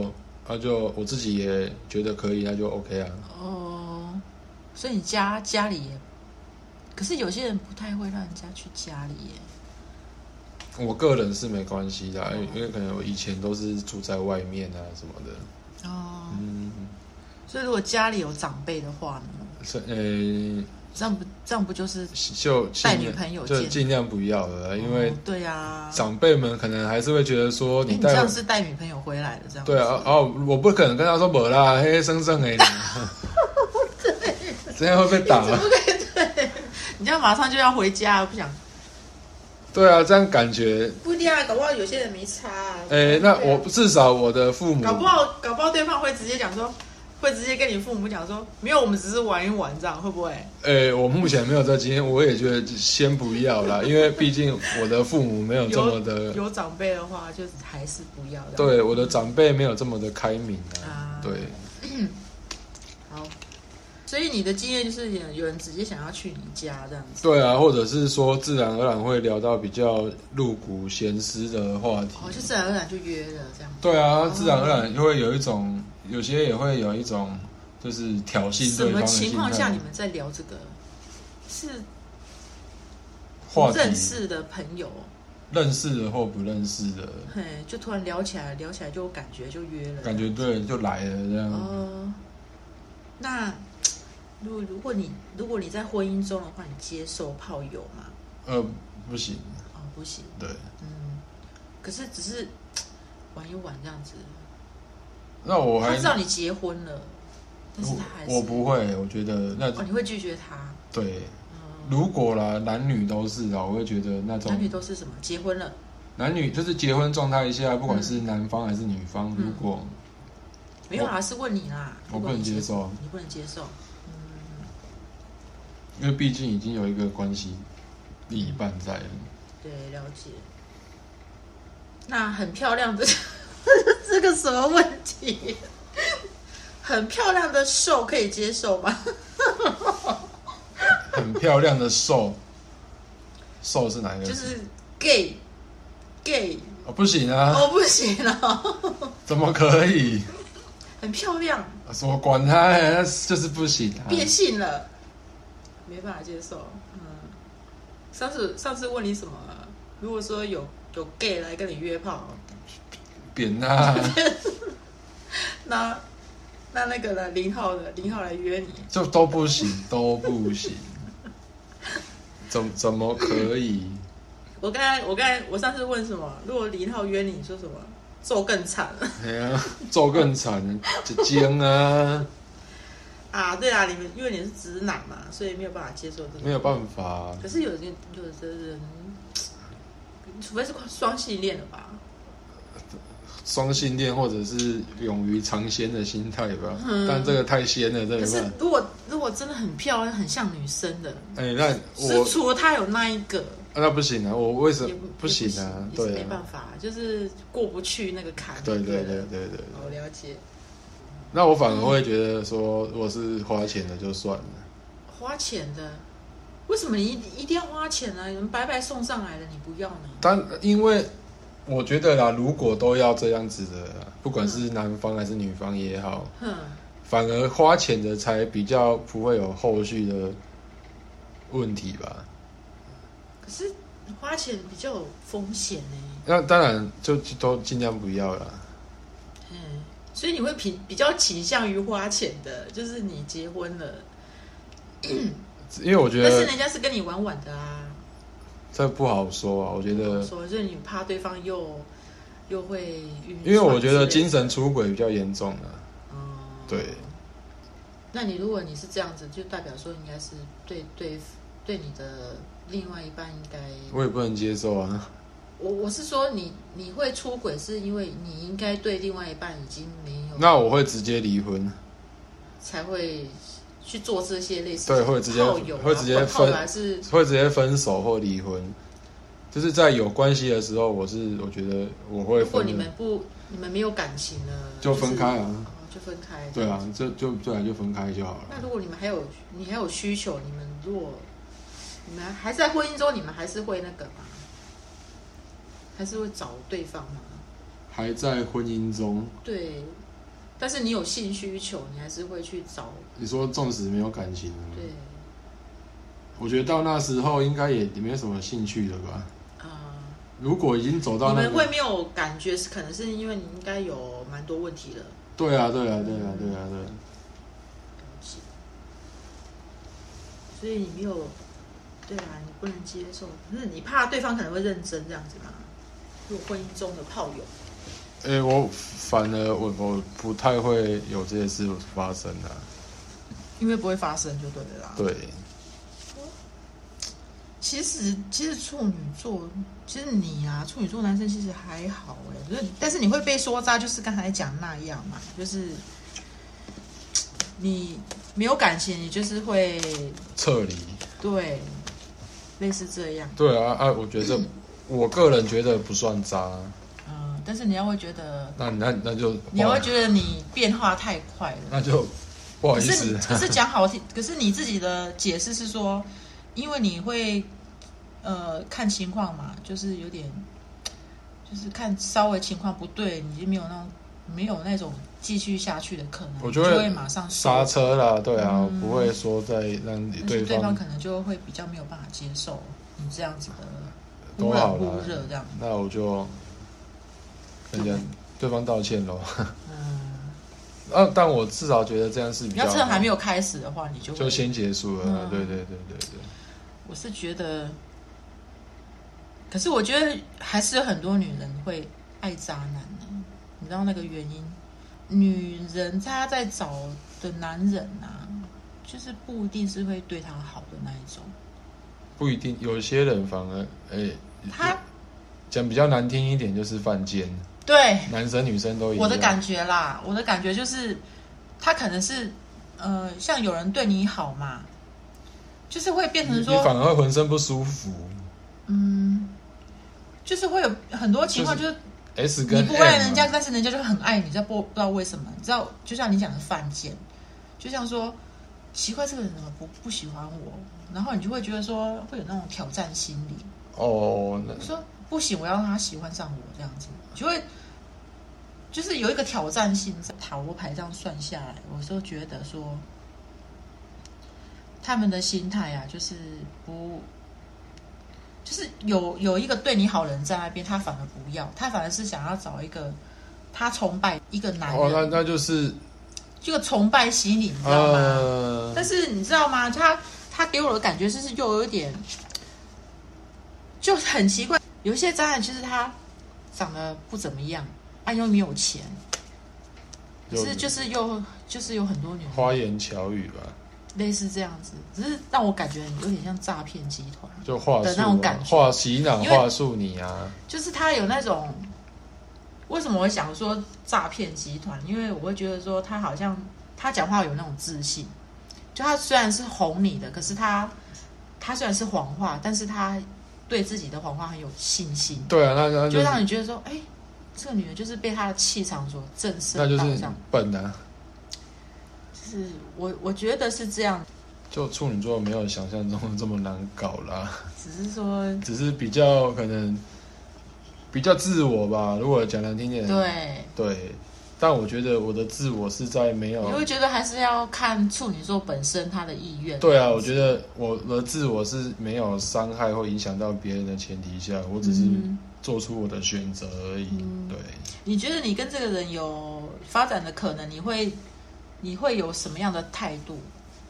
那、啊、就我自己也觉得可以，那就 OK 啊。 哦，所以你家家里也，可是有些人不太会让人家去家里耶。 我个人是没关系的、哦，因为可能我以前都是住在外面啊什么的。 哦， 嗯， 所以如果家里有长辈的话呢？ 是呃。 这样不这样不就是就带女朋友就尽量不要了，因为对啊， 长辈们可能还是会觉得说你带、 欸、你这样是带女朋友回来的这样。 对啊，哦，我不可能跟他说没啦，黑黑生生哎， 对， 这样会被打。 你不可以对，你这样马上就要回家，不想。 对啊，这样感觉不一定啊，搞不好有些人没差、啊。 哎、欸，那我至少我的父母， 搞不好搞不好对方会直接讲说。会直接跟你父母讲说，没有，我们只是玩一玩，这样会不会？ 诶、欸，我目前没有这经验，我也觉得先不要啦，因为毕竟我的父母没有这么的有, 有长辈的话，就还是不要。 对，我的长辈没有这么的开明啊。啊对。 好，所以你的经验就是有人直接想要去你家这样子。 对啊，或者是说自然而然会聊到比较露骨咸湿的话题。 哦，就自然而然就约了这样。 对啊，哦、自然而然就会有一种。有些也会有一种就是挑衅对方的心态。 什么情况下你们在聊这个？是不认识的朋友， 认识的或不认识的， 嘿，就突然聊起来，聊起来就有感觉，就约了， 感觉对，就来了这样。 哦，那如果如果你如果你在婚姻中的话，你接受炮友吗？ 呃，不行。 哦，不行。 对， 嗯，可是只是玩一玩这样子。 那我还他知道你结婚了，但是他还是我, 我不会，我觉得那哦，你会拒绝他？ 对，嗯、如果啦，男女都是啊，我会觉得那种男女都是什么？结婚了， 男女就是结婚状态下，不管是男方还是女方，嗯、如果没有啊，是问你啦， 我不能接受， 你不能接受，嗯， 因为毕竟已经有一个关系另一半在了。 对，了解。那很漂亮的。这个什么问题？很漂亮的瘦可以接受吗？ 很漂亮的瘦，瘦是哪一个？ 就是 gay gay 哦，不行啊！ 哦，不行啊！ 怎么可以？ 很漂亮。 我管他，那就是不行啊！ 变性了，没办法接受。嗯，上次上次问你什么？如果说有有 gay 来跟你约炮。 扁啊！ 那那那个呢？零号的零号来约你， 就都不行，都不行。怎怎么可以？ 我刚才我刚才我上次问什么？如果零号约你，你说什么？揍更惨。 哎呀，揍更惨，就奸啊！ 啊，对啊，你们因为你是直男嘛，所以没有办法接受这个。 没有办法、啊。 可是有些有的人，除非是双性恋的吧。 双性恋或者是勇于尝鲜的心态吧、嗯，但这个太鲜了，这个。 可是如果如果真的很漂亮，很像女生的， 哎、欸，那我除了她有那一个、 啊，那不行啊！我为什么不行啊？ 也是没办法，就是过不去那个坎。 对对对对对对， 我了解。 那我反而会觉得说，如果是花钱的就算了。 花钱的，为什么你一定要花钱呢？人白白送上来的，你不要呢？ 但因为。我觉得啦，如果都要这样子的啦，不管是男方还是女方也好，嗯，反而花钱的才比较不会有后续的问题吧。 可是花钱比较有风险呢。 那当然就都尽量不要啦。 嗯，所以你会比比较倾向于花钱的，就是你结婚了， 因为我觉得， 但是人家是跟你玩玩的啊。 这不好说啊，我觉得。 说就是你怕对方又又会因为我觉得精神出轨比较严重啊。嗯，对。 那你如果你是这样子，就代表说应该是对对对你的另外一半应该。 我也不能接受啊。 我我是说你你会出轨，是因为你应该对另外一半已经没有。 那我会直接离婚。 才会。去做这些类似对，会直接会直接分，会直接分手或离婚，就是在有关系的时候，我是我觉得我会分。如果你们不，你们没有感情了， 就分开啊， 就是哦、就分开。 对啊，就就对啊，就分开就好了。 那如果你们还有你还有需求，你们如果你们还是在婚姻中，你们还是会那个吗？还是会找对方吗？ 还在婚姻中？ 对。 但是你有性需求，你还是会去找。 你说纵使没有感情， 对， 我觉得到那时候应该也没有什么兴趣了吧。 啊、呃， 如果已经走到、那个， 你们会没有感觉，是可能是因为你应该有蛮多问题了。 对啊，对啊，对啊，对啊，对啊。 所以你没有，对啊，你不能接受，可是你怕对方可能会认真这样子吗？如果婚姻中的炮友， 哎、欸，我反而我我不太会有这些事发生啊， 因为不会发生就对了啦。 对， 其实其实处女座，其实你啊，处女座男生其实还好哎、欸，但是你会被说渣，就是刚才讲那样嘛，就是你没有感情，你就是会撤离， 对，类似这样。 对啊啊，我觉得这、嗯、我个人觉得不算渣。 嗯，但是你要会觉得， 那那那就你会觉得你变化太快了， 那就不好意思。 可是可是讲好听，可是你自己的解释是说，因为你会呃看情况嘛，就是有点，就是看稍微情况不对，你就没有那种没有那种继续下去的可能， 我就会, 会就会马上刹车啦，对啊， 嗯、 不会说再让对方对方可能就会比较没有办法接受你这样子的忽冷忽热这样。 那我就跟人家对方道歉咯。嗯，啊，但我至少觉得这样是比较好。 你要趁还没有开始的话，你就就先结束了。 嗯、 对对对对对。 我是觉得，可是我觉得还是有很多女人会爱渣男呢、啊。你知道那个原因？女人她在找的男人啊，就是不一定是会对她好的那一种。 不一定，有些人反而诶， 他讲比较难听一点就是犯贱。 对， 男生女生都一样。 我的感觉啦，我的感觉就是，他可能是呃，像有人对你好嘛，就是会变成说， 你反而会浑身不舒服。 嗯，就是会有很多情况，就是。 就是S 跟 M 你不爱人家，但是人家就很爱你，知道不？不知道为什么？你知道，就像你讲的犯贱，就像说奇怪，这个人怎么不不喜欢我？然后你就会觉得说，会有那种挑战心理。 哦，那说不行，我要让他喜欢上我这样子，就会就是有一个挑战性。塔罗牌这样算下来，我就觉得说，他们的心态啊，就是不。就是有有一个对你好的人在那边，他反而不要，他反而是想要找一个他崇拜一个男人。 哦，那那就是这个崇拜心理，你知道吗？ 呃、 但是你知道吗？他他给我的感觉就是又有一点，就很奇怪。有一些渣男其实他长得不怎么样，啊又没有钱，可是就是又就是有很多女人花言巧语吧。 类似这样子，只是让我感觉有点像诈骗集团， 就话术的那种感觉， 话洗脑话术你啊， 就是他有那种，为什么我会想说诈骗集团？因为我会觉得说他好像他讲话有那种自信，就他虽然是哄你的，可是他他虽然是谎话，但是他对自己的谎话很有信心。 对啊，那那、就是、 就让你觉得说，哎，这个女人就是被她的气场所震慑到， 那就是笨啊。 是我我觉得是这样， 就处女座没有想象中这么难搞啦， 只是说， 只是比较可能比较自我吧。如果讲难听点， 对对，但我觉得我的自我是在没有， 你会觉得还是要看处女座本身他的意愿。 对啊，我觉得我的自我是没有伤害或影响到别人的前提下，我只是做出我的选择而已。嗯、对， 你觉得你跟这个人有发展的可能，你会？你会有什么样的态度？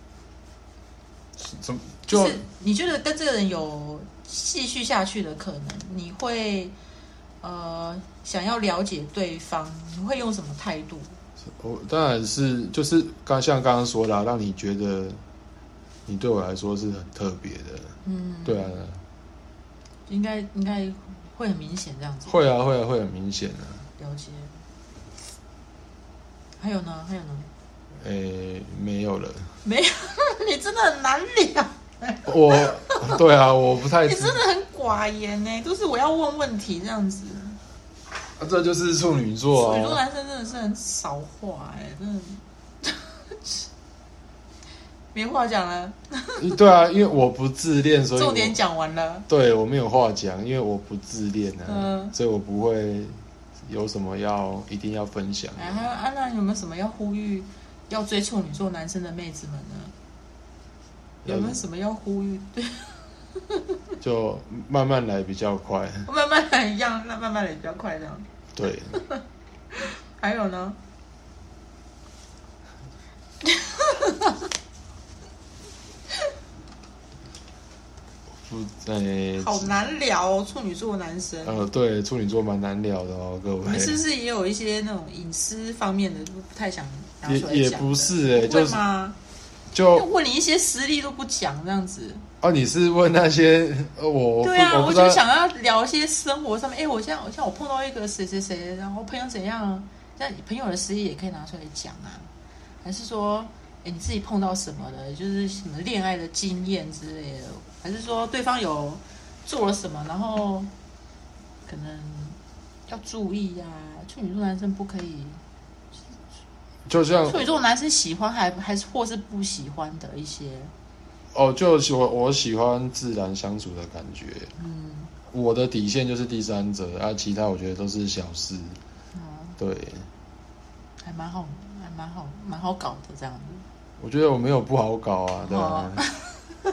怎么就、 就是你觉得跟这个人有继续下去的可能？你会呃想要了解对方，你会用什么态度？ 我当然是就是刚像刚刚说的、啊，让你觉得你对我来说是很特别的。嗯，对啊， 应该应该会很明显这样子。 会啊，会啊，会很明显啊。 了解。还有呢？还有呢？ 诶，没有了。 没有，你真的很难聊。 我，对啊，我不太。 你真的很寡言呢，都是我要问问题这样子。 啊，这就是处女座、哦。 处女座男生真的是很少话哎，真的。没话讲了。 对啊，因为我不自恋，所以重点讲完了。 对我没有话讲，因为我不自恋啊，嗯、所以我不会有什么要一定要分享的？ 啊啊，那有没有什么要呼吁要追处女座男生的妹子们呢？有没有什么要呼吁？对， 就慢慢来比较快。 慢慢来一样，那慢慢来比较快这样。 对。 还有呢？ 不，欸、 好难聊哦，处女座男生。 呃，对，处女座蛮难聊的哦，各位。 你是不是也有一些那种隐私方面的，不太想拿出来讲？ 也也不是哎、欸，就是吗？ 就问你一些实例都不讲这样子。 哦，你是问那些我？ 对啊， 我, 我就想要聊一些生活上面。哎，我现在像我碰到一个谁谁谁，然后朋友怎样，但朋友的实例也可以拿出来讲啊。还是说，哎，你自己碰到什么的，就是什么恋爱的经验之类的？还是说对方有做了什么，然后可能要注意呀、啊？处女座男生不可以。 就像处女座男生喜欢还还是或是不喜欢的一些哦，就我我喜欢自然相处的感觉。嗯，我的底线就是第三者啊，其他我觉得都是小事。嗯，对， 还蛮好，还蛮好，蛮好搞的这样子。 我觉得我没有不好搞啊，对啊。哦、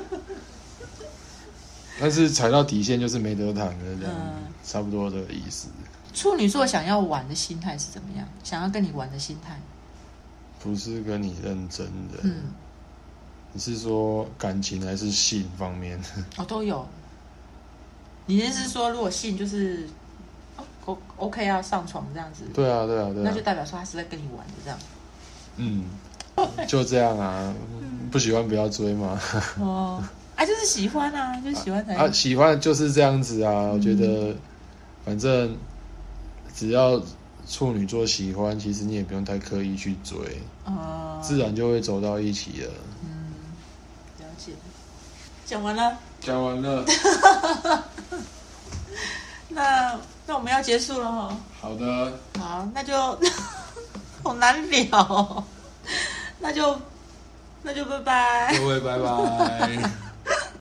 但是踩到底线就是没得谈的，这样、嗯、差不多的意思。 处女座想要玩的心态是怎么样？想要跟你玩的心态？ 不是跟你认真的， 嗯， 你是说感情还是性方面？ 哦，都有。你是说，如果性就是哦 OK 啊，上床这样子？ 对啊，对啊，对啊。 那就代表说他是在跟你玩的这样。 嗯，就这样啊，不喜欢不要追嘛。 哦，啊，就是喜欢啊，就是喜欢才啊，喜欢就是这样子啊。嗯、我觉得，反正只要处女座喜欢，其实你也不用太刻意去追，哦，自然就会走到一起了。 嗯，了解。讲完了。 讲完了。 那那我们要结束了哈。 好的。 好，那就好难聊，那就那就拜拜。 各位拜拜。